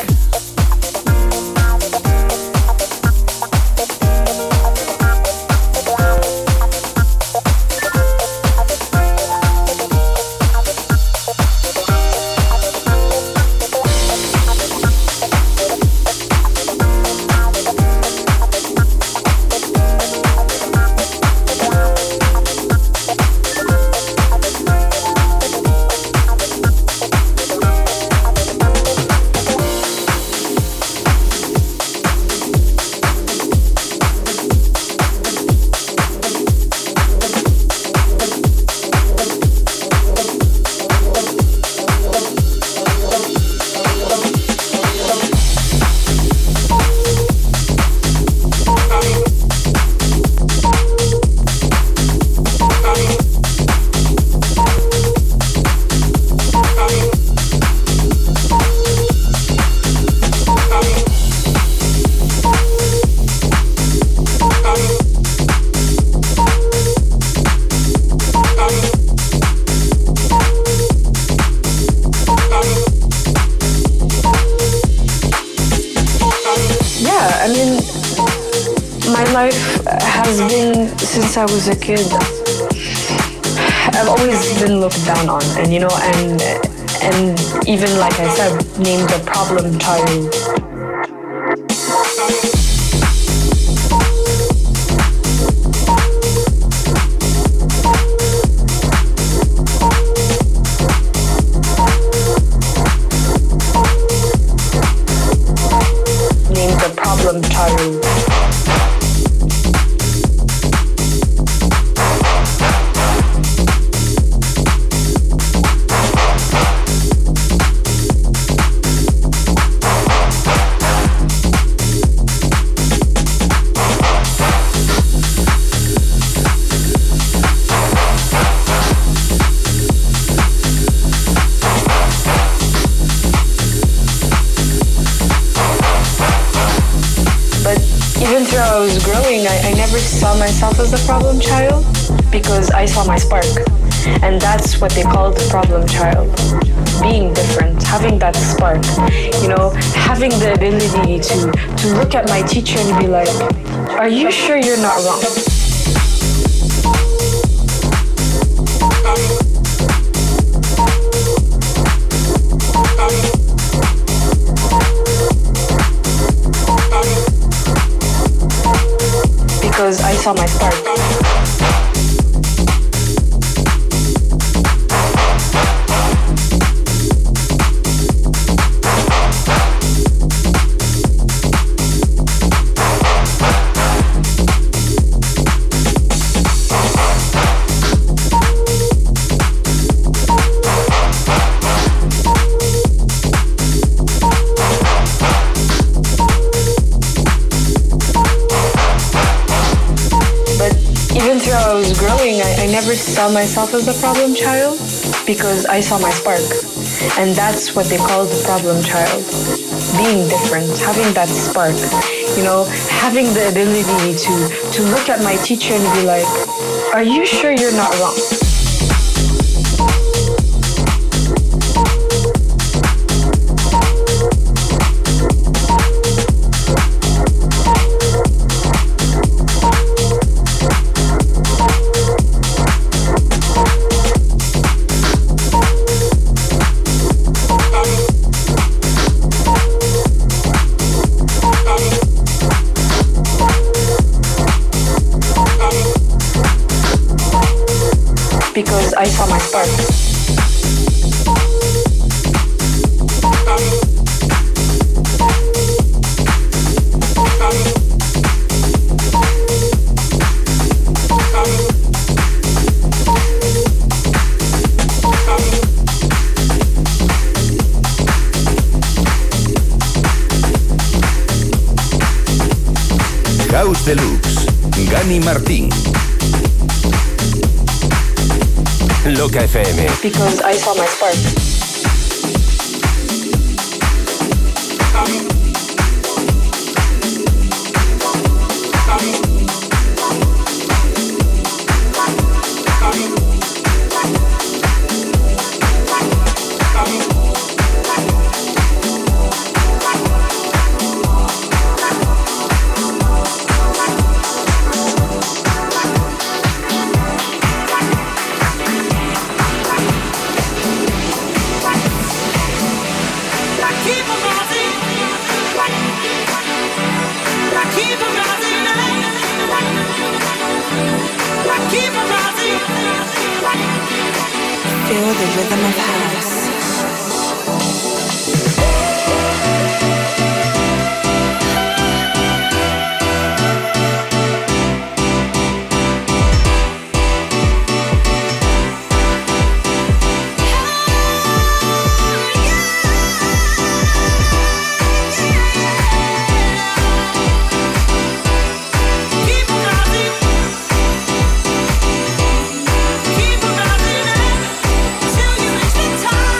Speaker 20: Since I was a kid, I've always been looked down on, and you know, and and even like I said, named the problem child. Named the problem child. I was growing, I, I never saw myself as the problem child because I saw my spark. And that's what they call the problem child. Being different, having that spark. You know, having the ability to, to look at my teacher and be like, are you sure you're not wrong? Because I saw my spark. I, I never saw myself as the problem child because I saw my spark. And that's what they call the problem child. Being different, having that spark. You know, having the ability to, to look at my teacher and be like, are you sure you're not wrong? spark.
Speaker 1: House Deluxe, Gani Martín.
Speaker 11: Loca F M.
Speaker 20: Because I saw my spark.
Speaker 3: Feel the rhythm of house.
Speaker 6: Till you reach the top.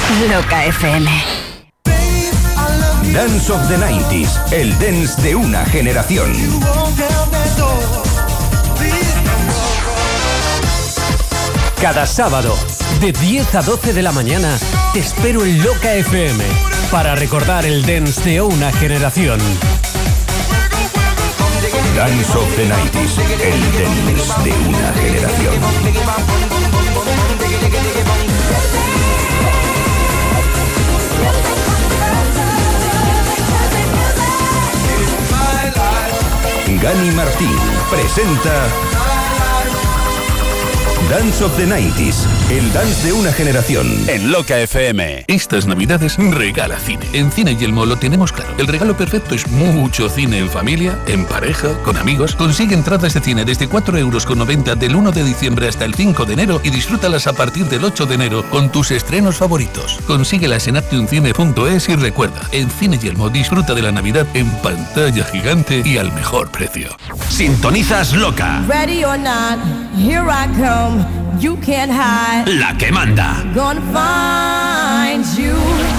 Speaker 4: Loca F M.
Speaker 1: Dance of the nineties, el dance de una generación.
Speaker 2: Cada sábado, de diez a doce de la mañana, te espero en Loca F M para recordar el dance de una generación.
Speaker 1: Dance of the nineties, el dance de una generación. Gani Martín presenta Dance of the nineties, el dance de una generación.
Speaker 5: En Loca F M.
Speaker 21: Estas navidades regala cine. En Cine Yelmo lo tenemos claro. El regalo perfecto es mucho cine en familia, en pareja, con amigos. Consigue entradas de cine desde cuatro euros con noventa del uno de diciembre hasta el cinco de enero y disfrútalas a partir del ocho de enero con tus estrenos favoritos. Consíguelas en aptiumcine punto es y recuerda, en Cine Yelmo disfruta de la Navidad en pantalla gigante y al mejor precio.
Speaker 5: Sintonizas Loca.
Speaker 3: Ready or not, here I come. You can't hide.
Speaker 5: La que manda.
Speaker 3: Gonna find you.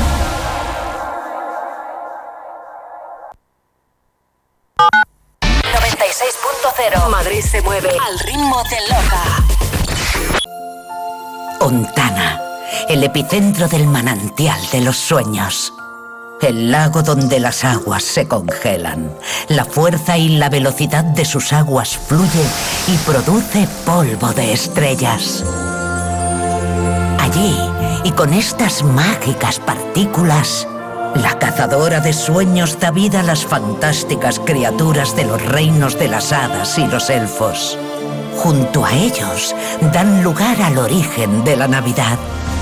Speaker 4: noventa y seis punto cero. Madrid se mueve al ritmo de Loca.
Speaker 22: Ontana, el epicentro del manantial de los sueños. El lago donde las aguas se congelan. La fuerza y la velocidad de sus aguas fluye y produce polvo de estrellas. Allí, y con estas mágicas partículas, la cazadora de sueños da vida a las fantásticas criaturas de los reinos de las hadas y los elfos. Junto a ellos, dan lugar al origen de la Navidad.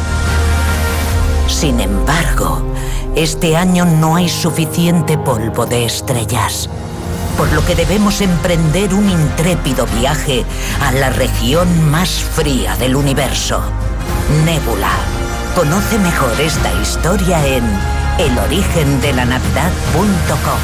Speaker 22: Sin embargo, este año no hay suficiente polvo de estrellas, por lo que debemos emprender un intrépido viaje a la región más fría del universo, Nébula. Conoce mejor esta historia en el origen de la navidad punto com.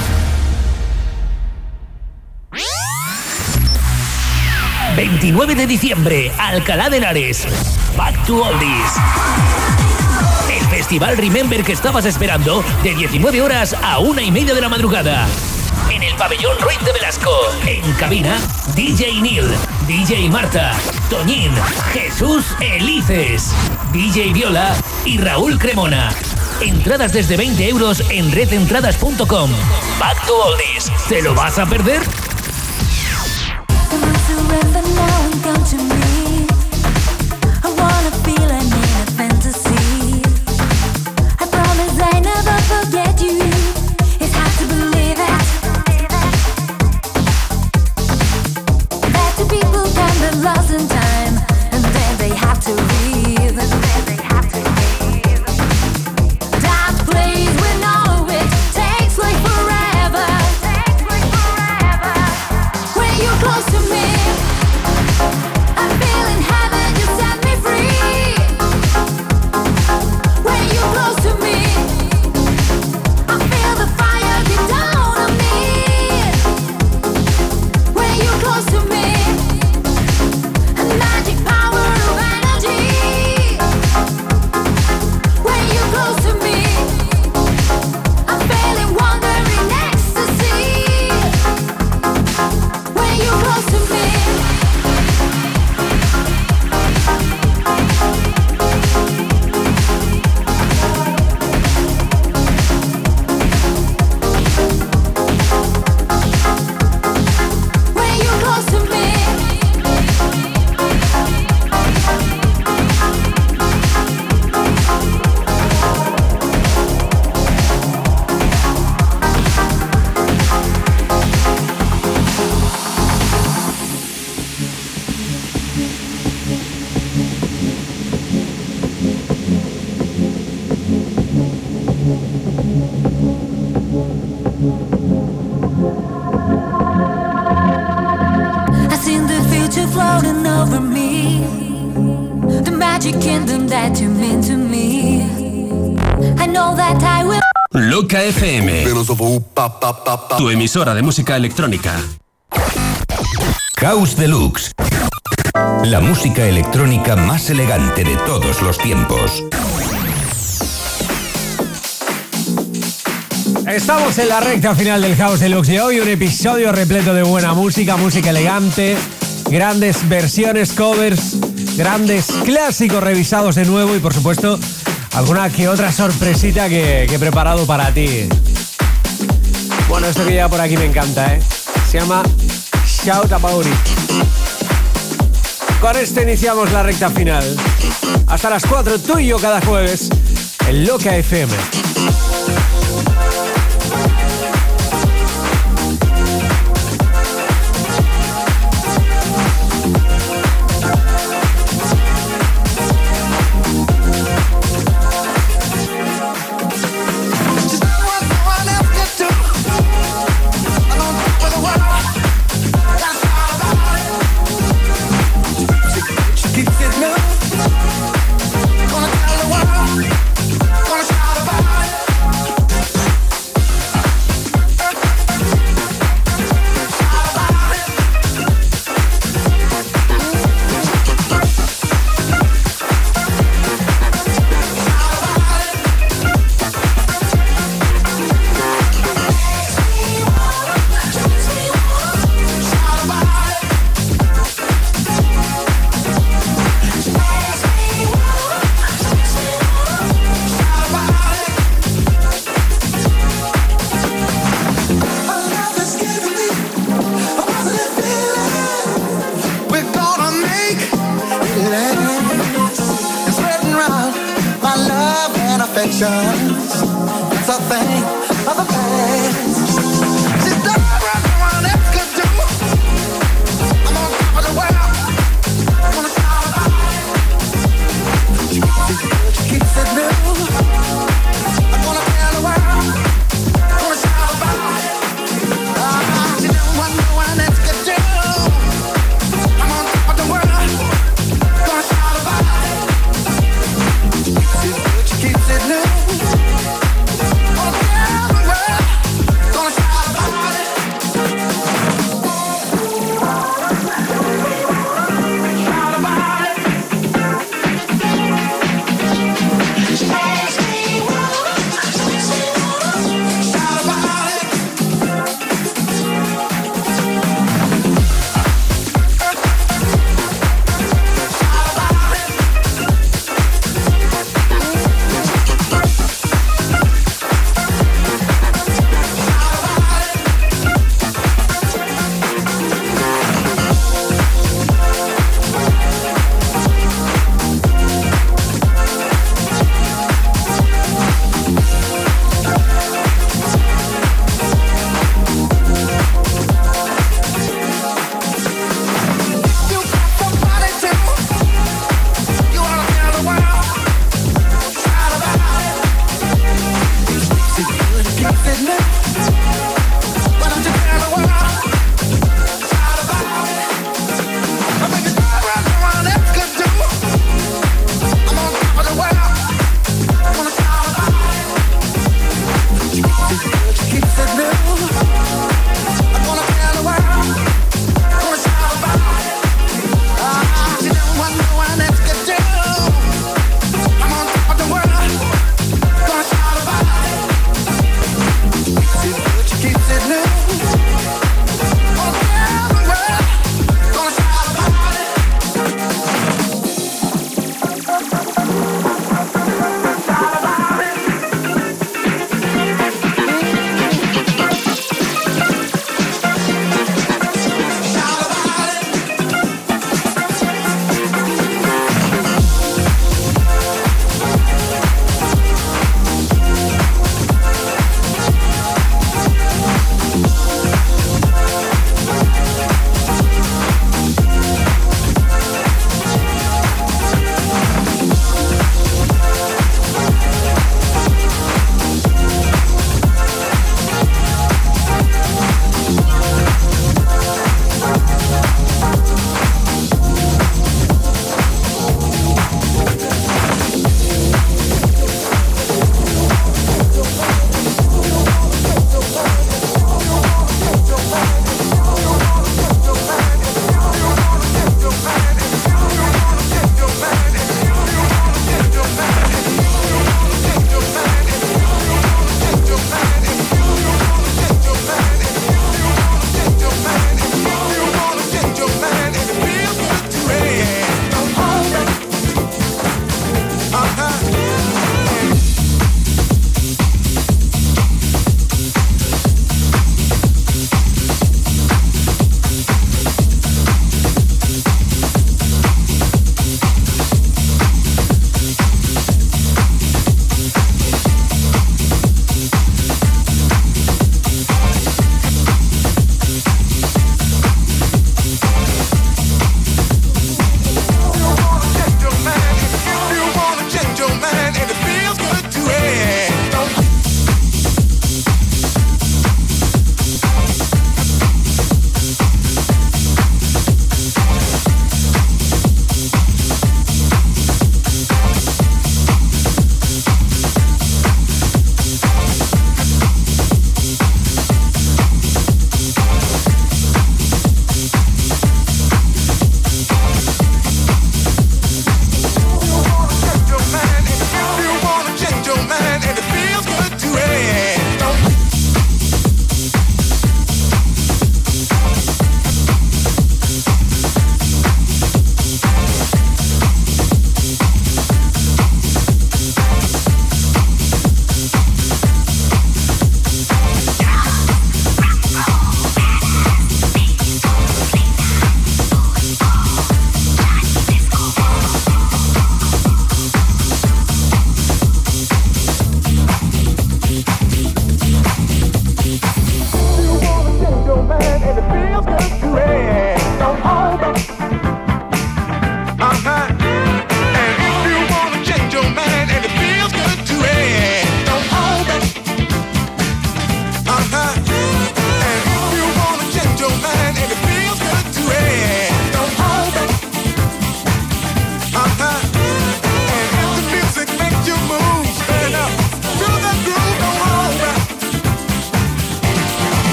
Speaker 23: veintinueve de diciembre, Alcalá de Henares. Back to Oldies. El festival Remember que estabas esperando de diecinueve horas a una y media de la madrugada. En el pabellón Ruiz de Velasco. En cabina, D J Neil, D J Marta, Toñín, Jesús Elices, D J Viola y Raúl Cremona. Entradas desde veinte euros en red entradas punto com. Back to Oldies. ¿Te lo vas a perder?
Speaker 3: Lost in time, and then they have to leave. And then they have to leave. That place we know it takes like forever. Takes like forever. When you're close to me, I feel in heaven. You set me free. When you're close to me, I feel the fire get down on me. When you're close to me. Magic power of energy. When you're close to me, I'm feeling wonder in ecstasy. When you're close to me. When you're close to me. I seen the future floating over me, the magic kingdom that you mean to me. I know that I will.
Speaker 5: Loca F M, tu emisora de música electrónica.
Speaker 1: House Deluxe, la música electrónica más elegante de todos los tiempos.
Speaker 2: Estamos en la recta final del House Deluxe de hoy, un episodio repleto de buena música, música elegante, grandes versiones, covers, grandes clásicos revisados de nuevo y por supuesto alguna que otra sorpresita que, que he preparado para ti. Bueno, esto que lleva por aquí me encanta, ¿eh? Se llama Shout About It. Con esto iniciamos la recta final. Hasta las cuatro, tú y yo cada jueves en Loca F M.
Speaker 3: Just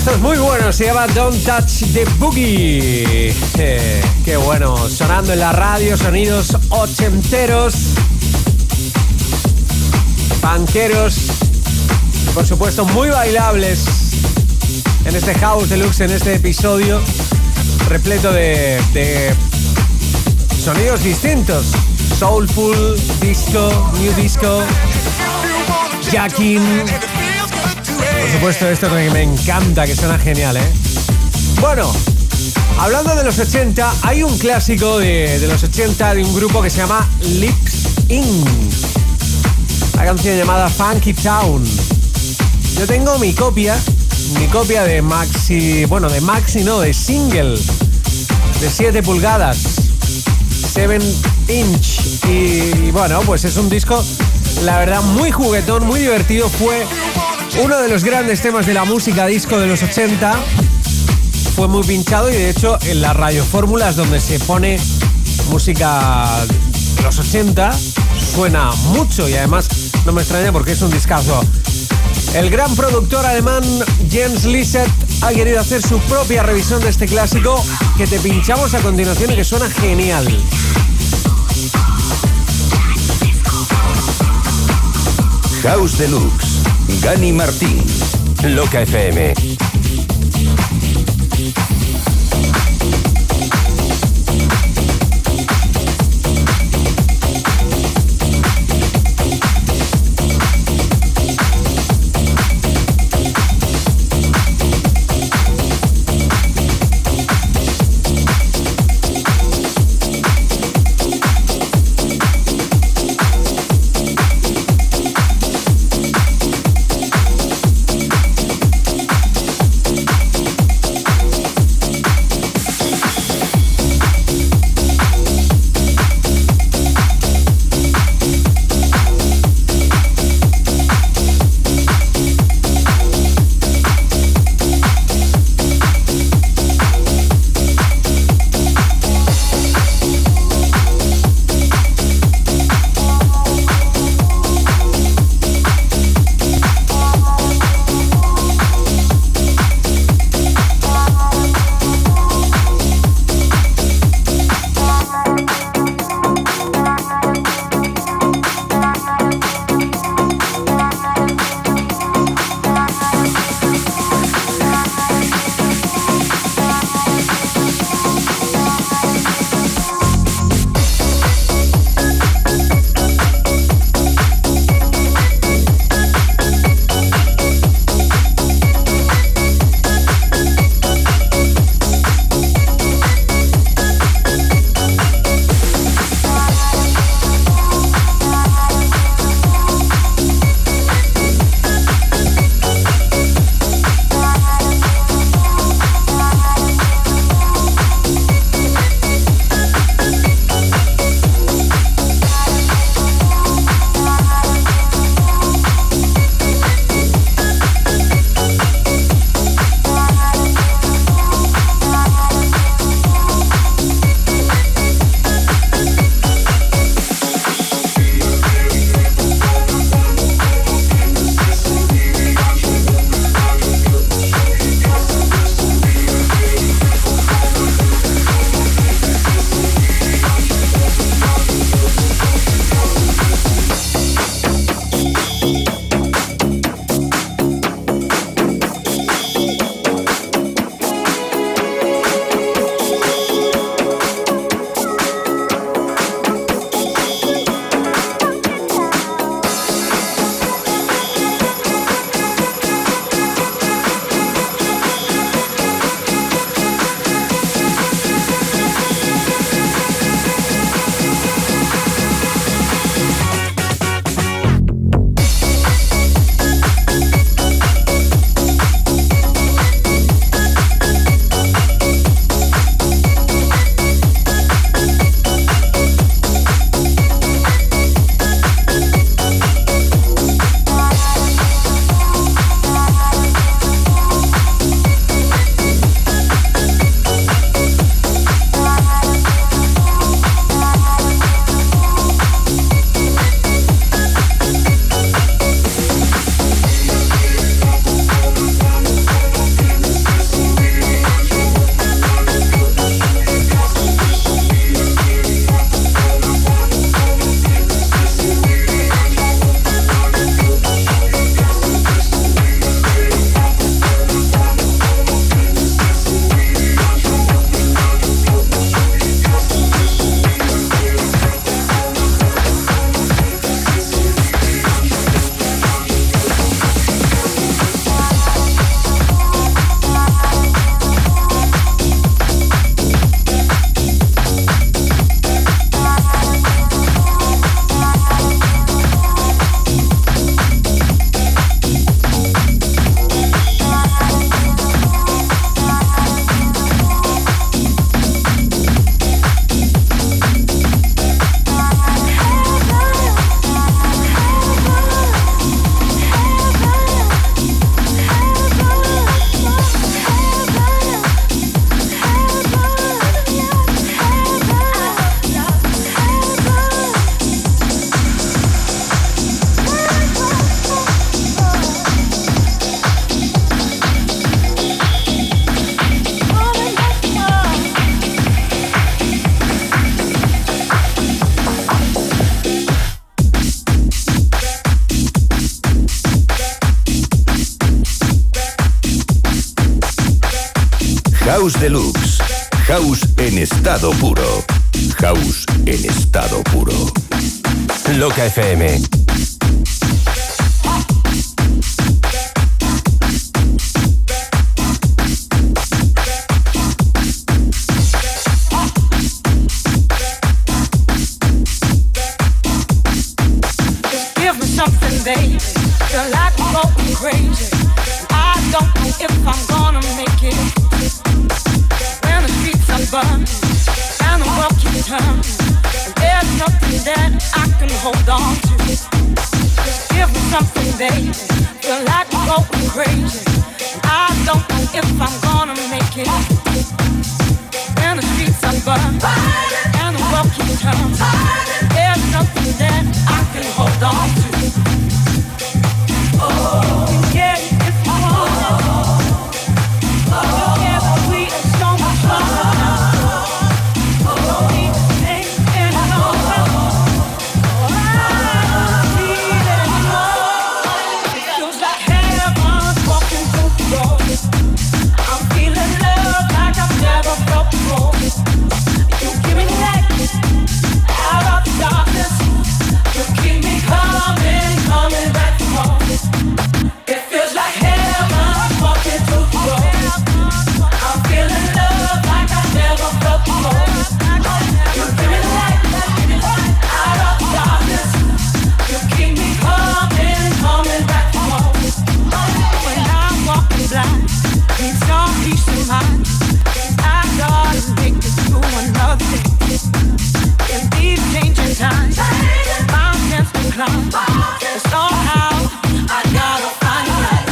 Speaker 2: Esto es muy bueno, se llama Don't Touch the Boogie. Eh, qué bueno, sonando en la radio, sonidos ochenteros, panqueros, por supuesto muy bailables en este House Deluxe, en este episodio repleto de, de sonidos distintos. Soulful, disco, new disco, jacking. Por supuesto, esto que me encanta, que suena genial, ¿eh? Bueno, hablando de los ochenta, hay un clásico de, de los ochenta de un grupo que se llama Lips In. Una canción llamada Funky Town. Yo tengo mi copia, mi copia de maxi, bueno, de maxi no, de single, de siete pulgadas, seven inch. Y bueno, pues es un disco, la verdad, muy juguetón, muy divertido. Fue uno de los grandes temas de la música disco de los ochenta. Fue muy pinchado y de hecho en las radiofórmulas donde se pone música de los ochenta suena mucho, y además no me extraña porque es un discazo. El gran productor alemán Jens Lisset ha querido hacer su propia revisión de este clásico que te pinchamos a continuación y que suena genial.
Speaker 1: House Deluxe, Gani Martín, Loca F M. House Deluxe. House en estado puro. House en estado puro.
Speaker 11: Loca F M.
Speaker 3: Give me something, baby. Feel like I'm going crazy. I don't know if I'm gonna make it. When the streets are burning and the world keeps turning, there's nothing that I can hold on to. Just give me something, baby. Feel like I'm going crazy. I don't know if I'm gonna make it. When the streets are burning and the world keeps turning, there's nothing that I can hold on to. Oh, yeah, if you want it. Oh, yeah, we are so much fun. Oh, we ain't any longer. Oh, I need it anymore. It feels like heaven's walking through the door. I'm feeling love like I've never felt before. You give me light out of the darkness. You keep me coming, coming back for more. It feels like heaven walking through the door. I'm feeling love like I never felt before. You give me light out of the darkness. You keep me coming, coming back for more. When I'm walking blind, need some peace of mind. I gotta make it through another day. In these changing times, mountains to climb. Somehow I gotta find a light.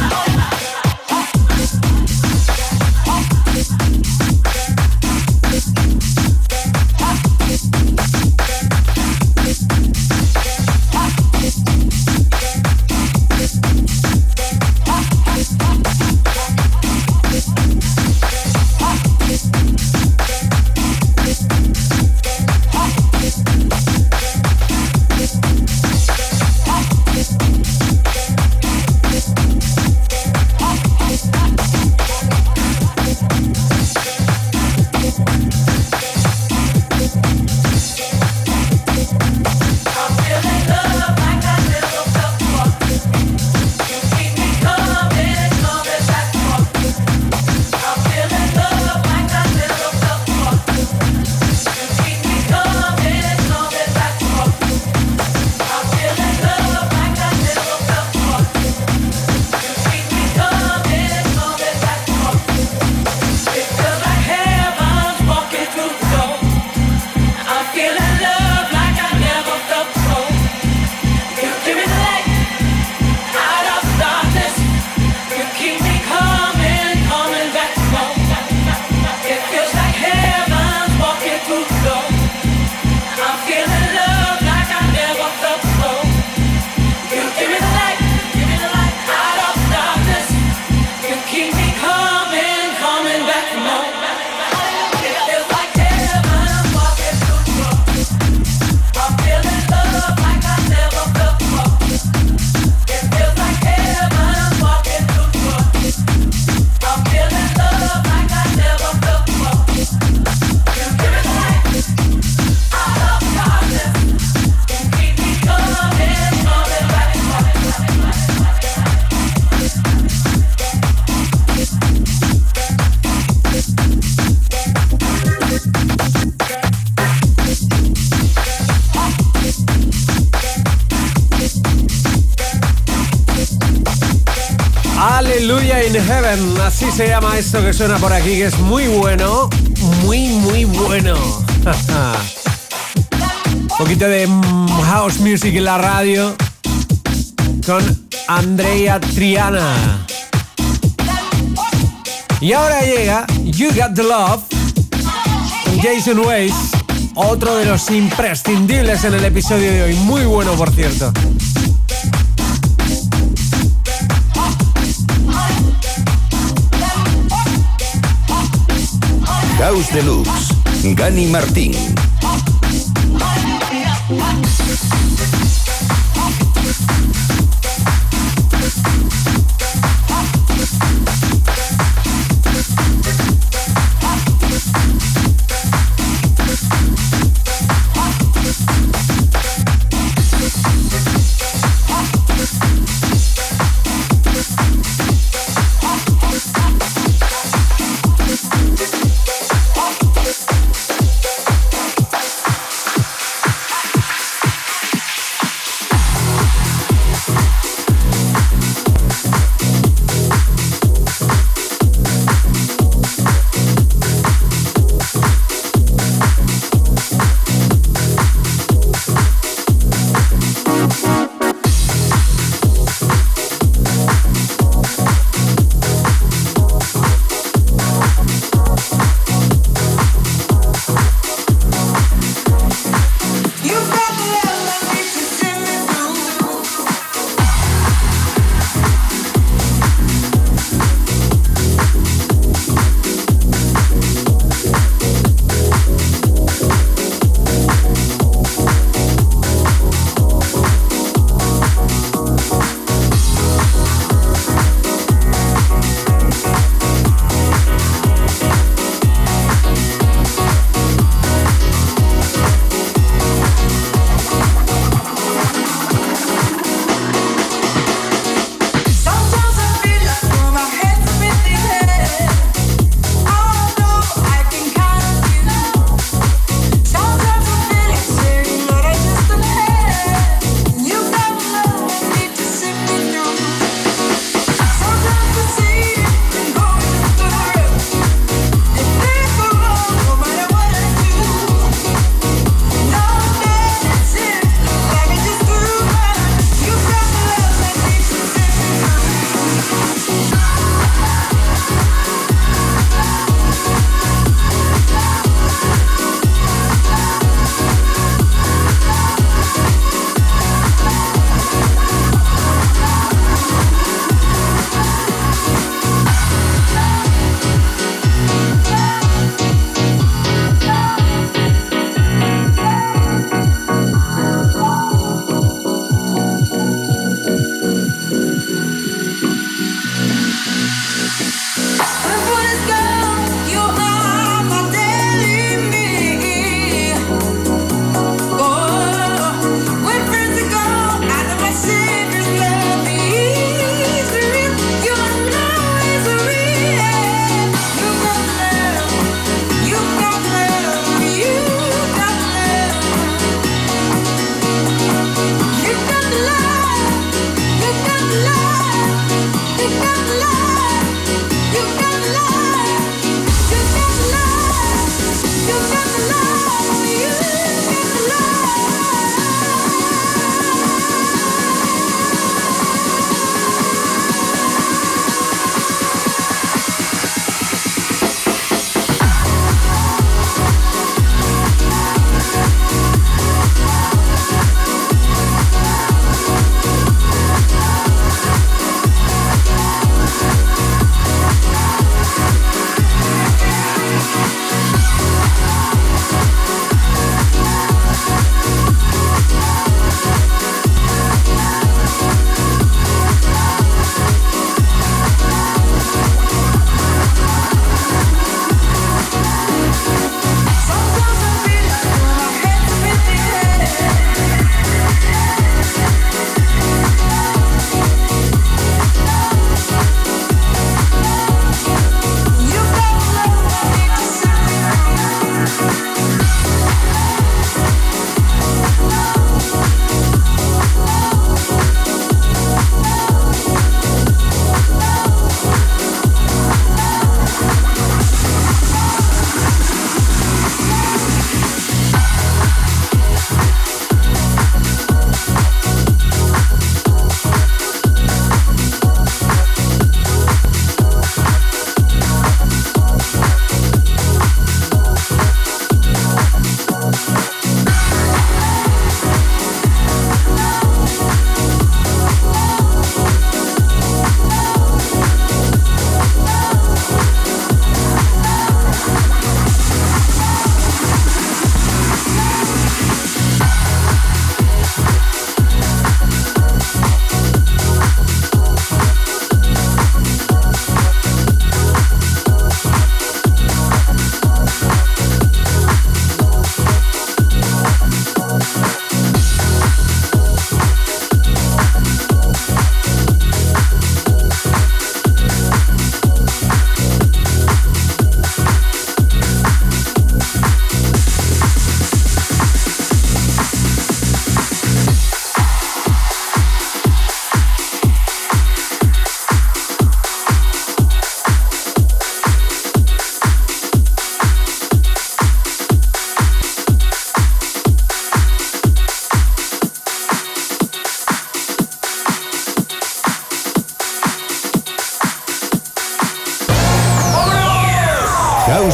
Speaker 2: Hallelujah in Heaven, así se llama esto que suena por aquí, que es muy bueno, muy, muy bueno. Un poquito de house music en la radio con Andrea Triana. Y ahora llega You Got The Love con Jason Weiss, otro de los imprescindibles en el episodio de hoy, muy bueno por cierto.
Speaker 1: House Deluxe, Gani Martín.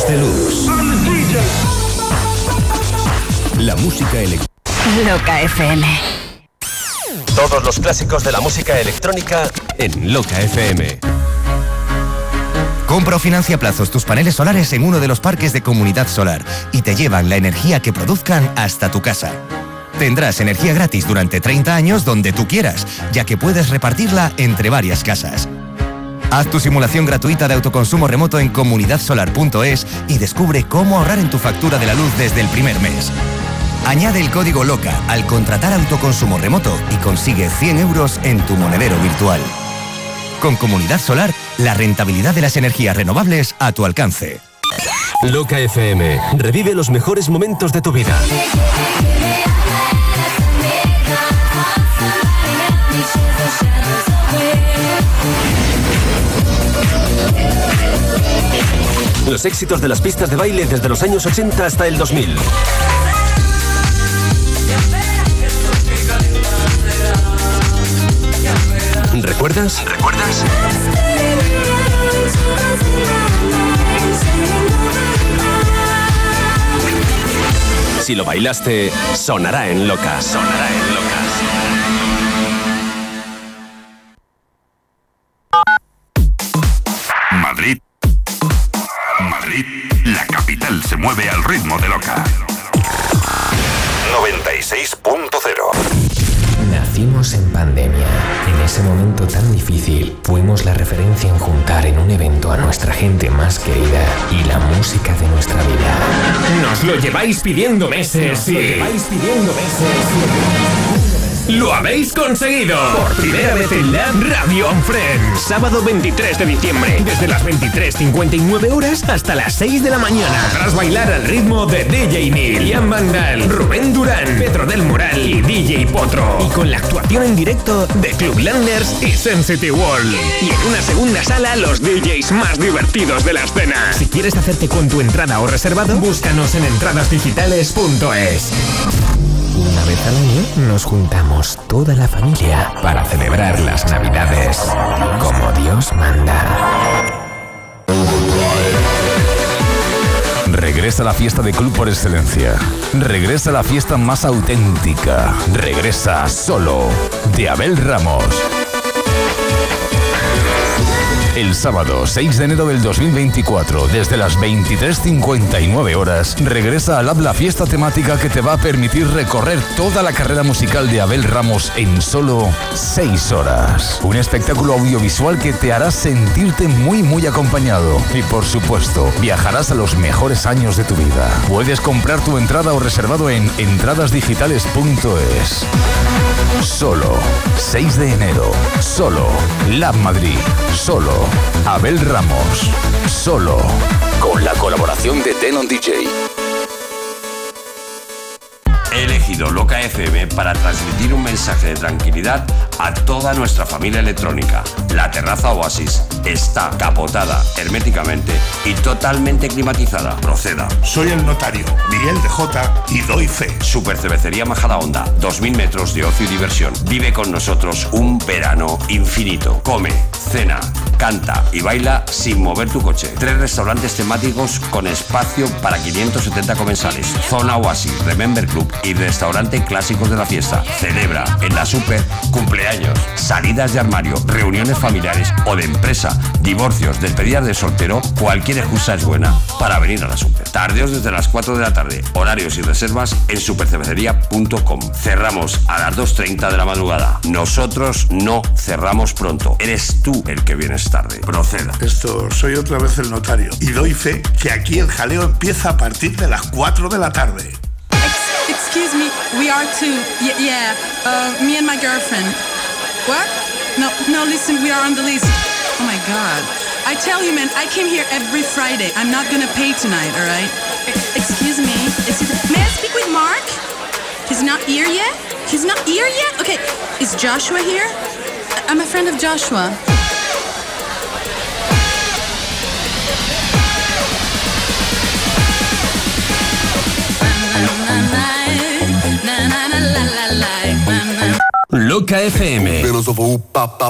Speaker 1: House Deluxe. La música electrónica.
Speaker 4: Loca F M.
Speaker 11: Todos los clásicos de la música electrónica en Loca F M.
Speaker 7: Compra o financia a plazos tus paneles solares en uno de los parques de Comunidad Solar y te llevan la energía que produzcan hasta tu casa. Tendrás energía gratis durante treinta años donde tú quieras, ya que puedes repartirla entre varias casas. Haz tu simulación gratuita de autoconsumo remoto en comunidad solar punto es y descubre cómo ahorrar en tu factura de la luz desde el primer mes. Añade el código LOCA al contratar autoconsumo remoto y consigue cien euros en tu monedero virtual. Con Comunidad Solar, la rentabilidad de las energías renovables a tu alcance.
Speaker 11: Loca F M. Revive los mejores momentos de tu vida. Los éxitos de las pistas de baile desde los años ochenta hasta el dos mil. ¿Recuerdas? ¿Recuerdas? Si lo bailaste, sonará en Loca. Sonará en Loca.
Speaker 15: Madrid. Madrid, la capital se mueve al ritmo de Loca.
Speaker 11: noventa y seis punto cero.
Speaker 9: Nacimos en pandemia. En ese momento tan difícil, fuimos la referencia en juntar en un evento a nuestra gente más querida y la música de nuestra vida.
Speaker 23: Nos lo lleváis pidiendo meses, sí.
Speaker 9: Nos lo lleváis pidiendo meses.
Speaker 23: ¡Lo habéis conseguido! Por primera vez en la Radio on Friends. Sábado veintitrés de diciembre. Desde las veintitrés cincuenta y nueve horas hasta las seis de la mañana. Podrás bailar al ritmo de D J Neil, Ian Vandal, Rubén Durán, Pedro del Moral y D J Potro. Y con la actuación en directo de Club Landers y Sensitive World. Y en una segunda sala, los D Js más divertidos de la escena. Si quieres hacerte con tu entrada o reservado, búscanos en entradas digitales punto es.
Speaker 9: Una vez al año nos juntamos toda la familia para celebrar las Navidades como Dios manda.
Speaker 10: Regresa la fiesta de club por excelencia. Regresa la fiesta más auténtica. Regresa Solo, de Abel Ramos. El sábado seis de enero del dos mil veinticuatro, desde las veintitrés cincuenta y nueve horas, regresa al Lab la fiesta temática que te va a permitir recorrer toda la carrera musical de Abel Ramos en solo seis horas. Un espectáculo audiovisual que te hará sentirte muy muy acompañado. Y por supuesto, viajarás a los mejores años de tu vida. Puedes comprar tu entrada o reservado en entradas digitales punto es. Solo, seis de enero. Solo, Lab Madrid. Solo, Abel Ramos. Solo,
Speaker 11: con la colaboración de Denon D J.
Speaker 24: He elegido Loca F M para transmitir un mensaje de tranquilidad a toda nuestra familia electrónica. La terraza Oasis está capotada herméticamente y totalmente climatizada. Proceda.
Speaker 25: Soy el notario, Miguel de Jota, y doy fe.
Speaker 24: Super Cervecería Majadahonda, dos mil metros de ocio y diversión. Vive con nosotros un verano infinito. Come, cena, canta y baila sin mover tu coche. Tres restaurantes temáticos con espacio para quinientos setenta comensales. Zona Oasis, Remember Club y restaurante Clásicos de la Fiesta. Celebra en la Super cumpleaños, salidas de armario, reuniones familiares o de empresa, divorcios, despedidas de soltero. Cualquier excusa es buena para venir a la Super. Tardeos desde las cuatro de la tarde. Horarios y reservas en supercervecería punto com. Cerramos a las dos treinta de la madrugada. Nosotros no cerramos pronto. Eres tú el que vienes tarde. Proceda.
Speaker 25: Esto, soy otra vez el notario y doy fe que aquí el jaleo empieza a partir de las cuatro de la tarde.
Speaker 26: Excuse me, we are two. Y yeah, uh, me and my girlfriend. What? No, no, listen, we are on the list. Oh my God. I tell you, man, I came here every Friday. I'm not gonna pay tonight, all right? E- excuse me. Is it, may I speak with Mark? He's not here yet? He's not here yet? Okay, is Joshua here? I- I'm a friend of Joshua.
Speaker 11: Loca F M,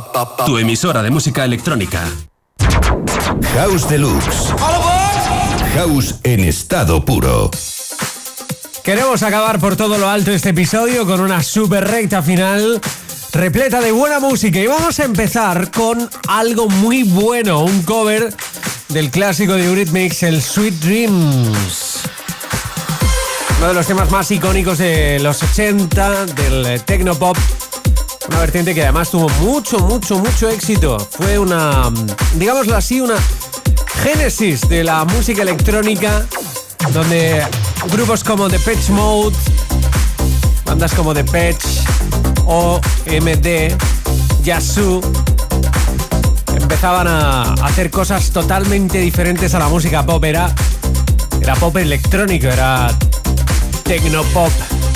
Speaker 11: tu emisora de música electrónica.
Speaker 1: House Deluxe. House en estado puro.
Speaker 2: Queremos acabar por todo lo alto este episodio con una super recta final repleta de buena música. Y vamos a empezar con algo muy bueno, un cover del clásico de Eurythmics, el Sweet Dreams. Uno de los temas más icónicos de los ochenta, del technopop. Una vertiente que además tuvo mucho, mucho, mucho éxito. Fue una, digámoslo así, una génesis de la música electrónica, donde grupos como Depeche Mode, bandas como Depeche, O M D, Yazoo, empezaban a hacer cosas totalmente diferentes a la música pop. Era, era pop electrónico, era tecnopop.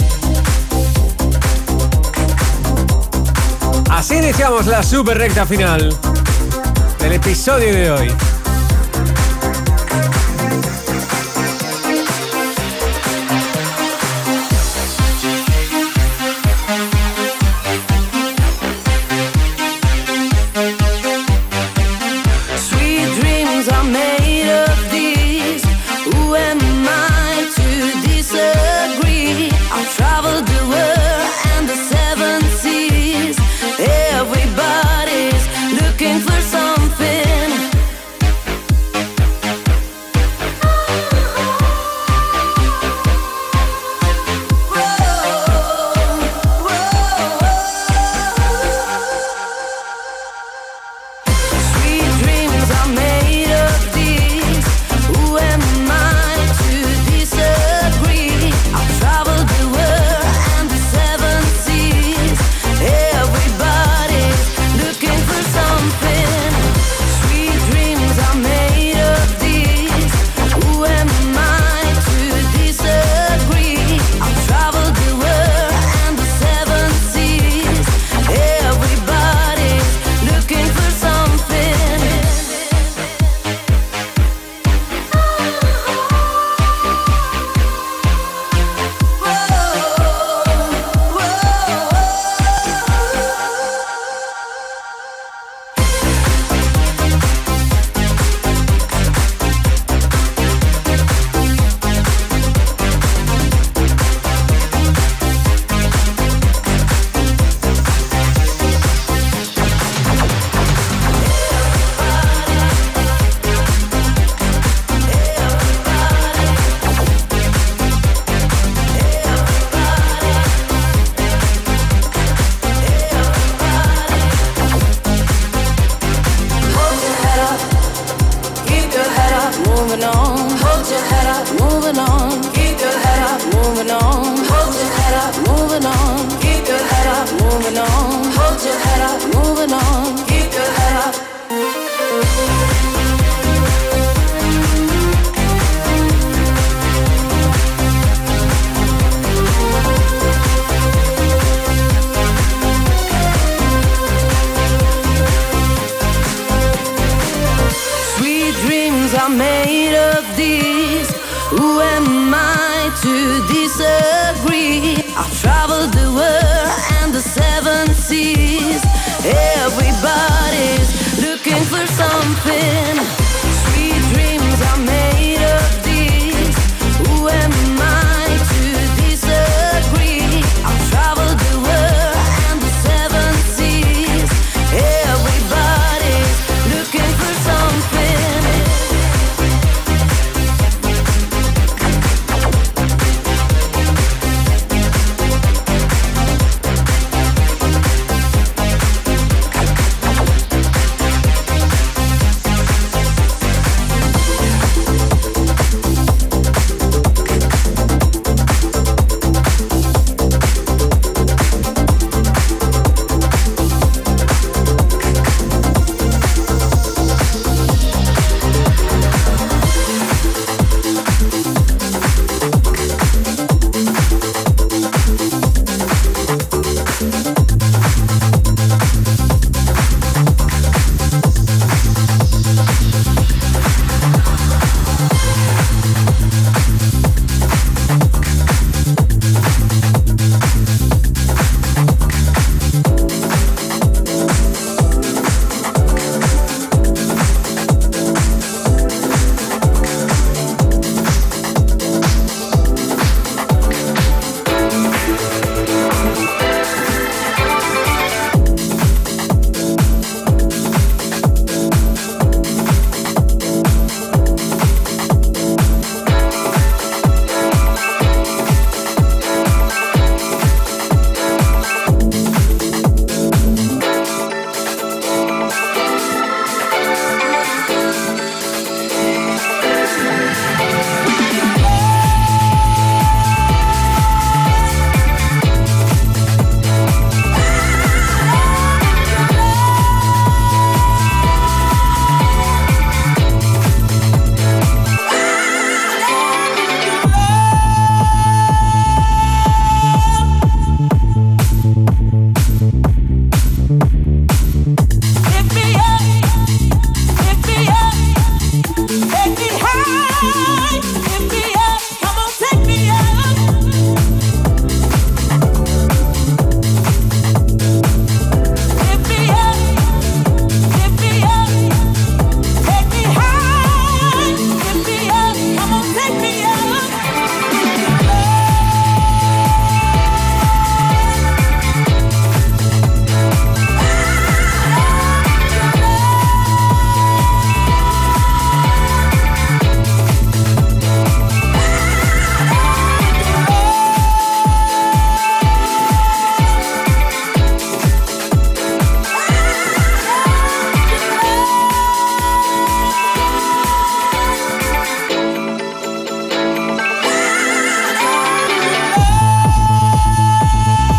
Speaker 2: Así iniciamos la super recta final del episodio de hoy.
Speaker 3: Made of these, who am I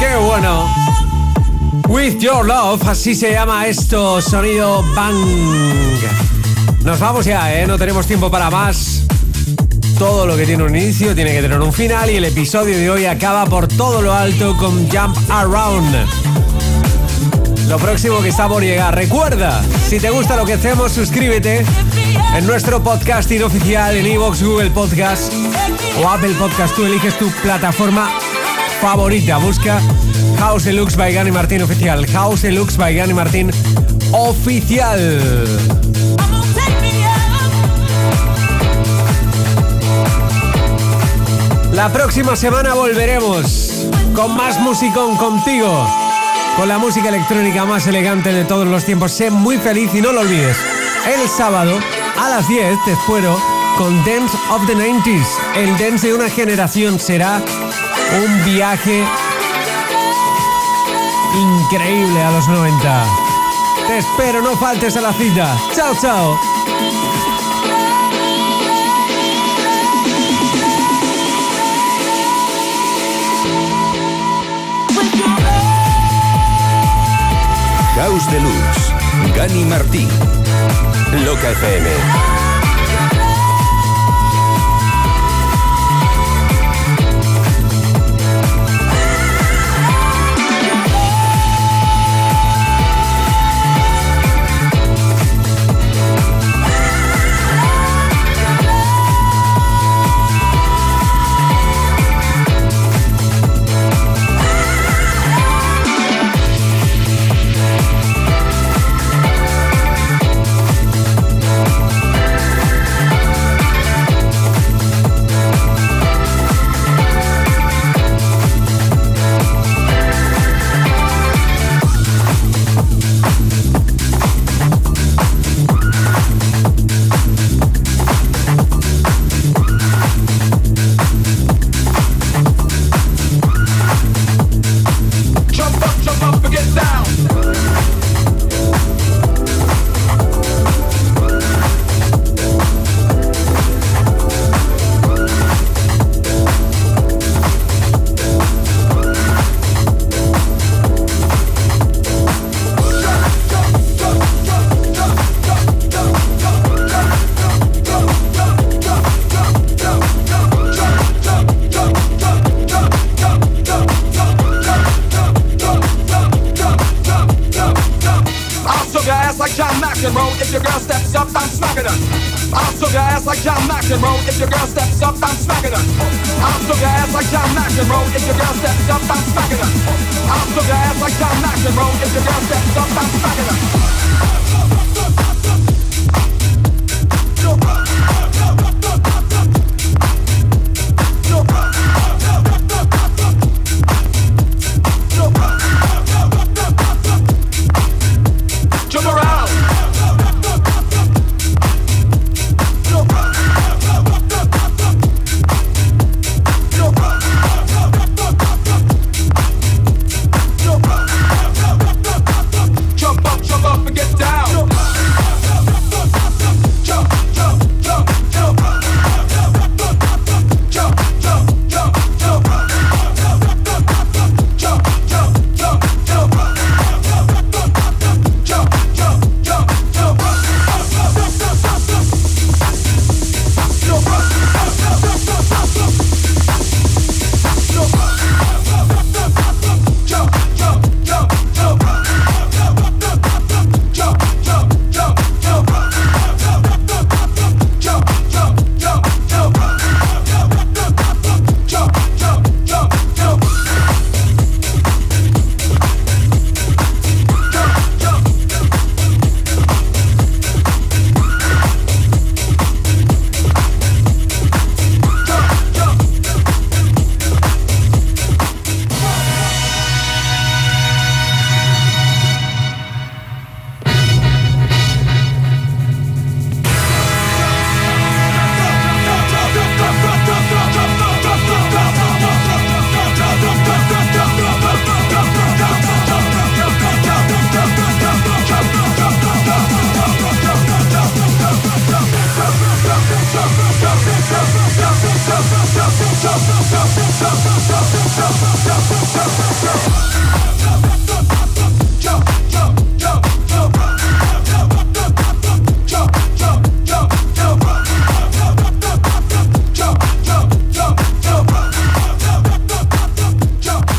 Speaker 2: ¡Qué bueno! With Your Love, así se llama esto, sonido bang. Nos vamos ya, ¿eh? No tenemos tiempo para más. Todo lo que tiene un inicio tiene que tener un final y el episodio de hoy acaba por todo lo alto con Jump Around. Lo próximo que está por llegar. Recuerda, si te gusta lo que hacemos, suscríbete en nuestro podcasting oficial en iVoox, Google Podcast o Apple Podcast. Tú eliges tu plataforma favorita. Busca House Deluxe by Gani Martín Oficial. House Deluxe by Gani Martín Oficial. La próxima semana volveremos con más musicón contigo, con la música electrónica más elegante de todos los tiempos. Sé muy feliz y no lo olvides. El sábado a las diez te espero con Dance of the nineties. El dance de una generación será un viaje increíble a los noventa. Te espero, no faltes a la cita. Chao, chao.
Speaker 1: House Deluxe, Gani Martín, Loca F M.
Speaker 6: jump, jump, jump, jump, jump, jump, jump, jump,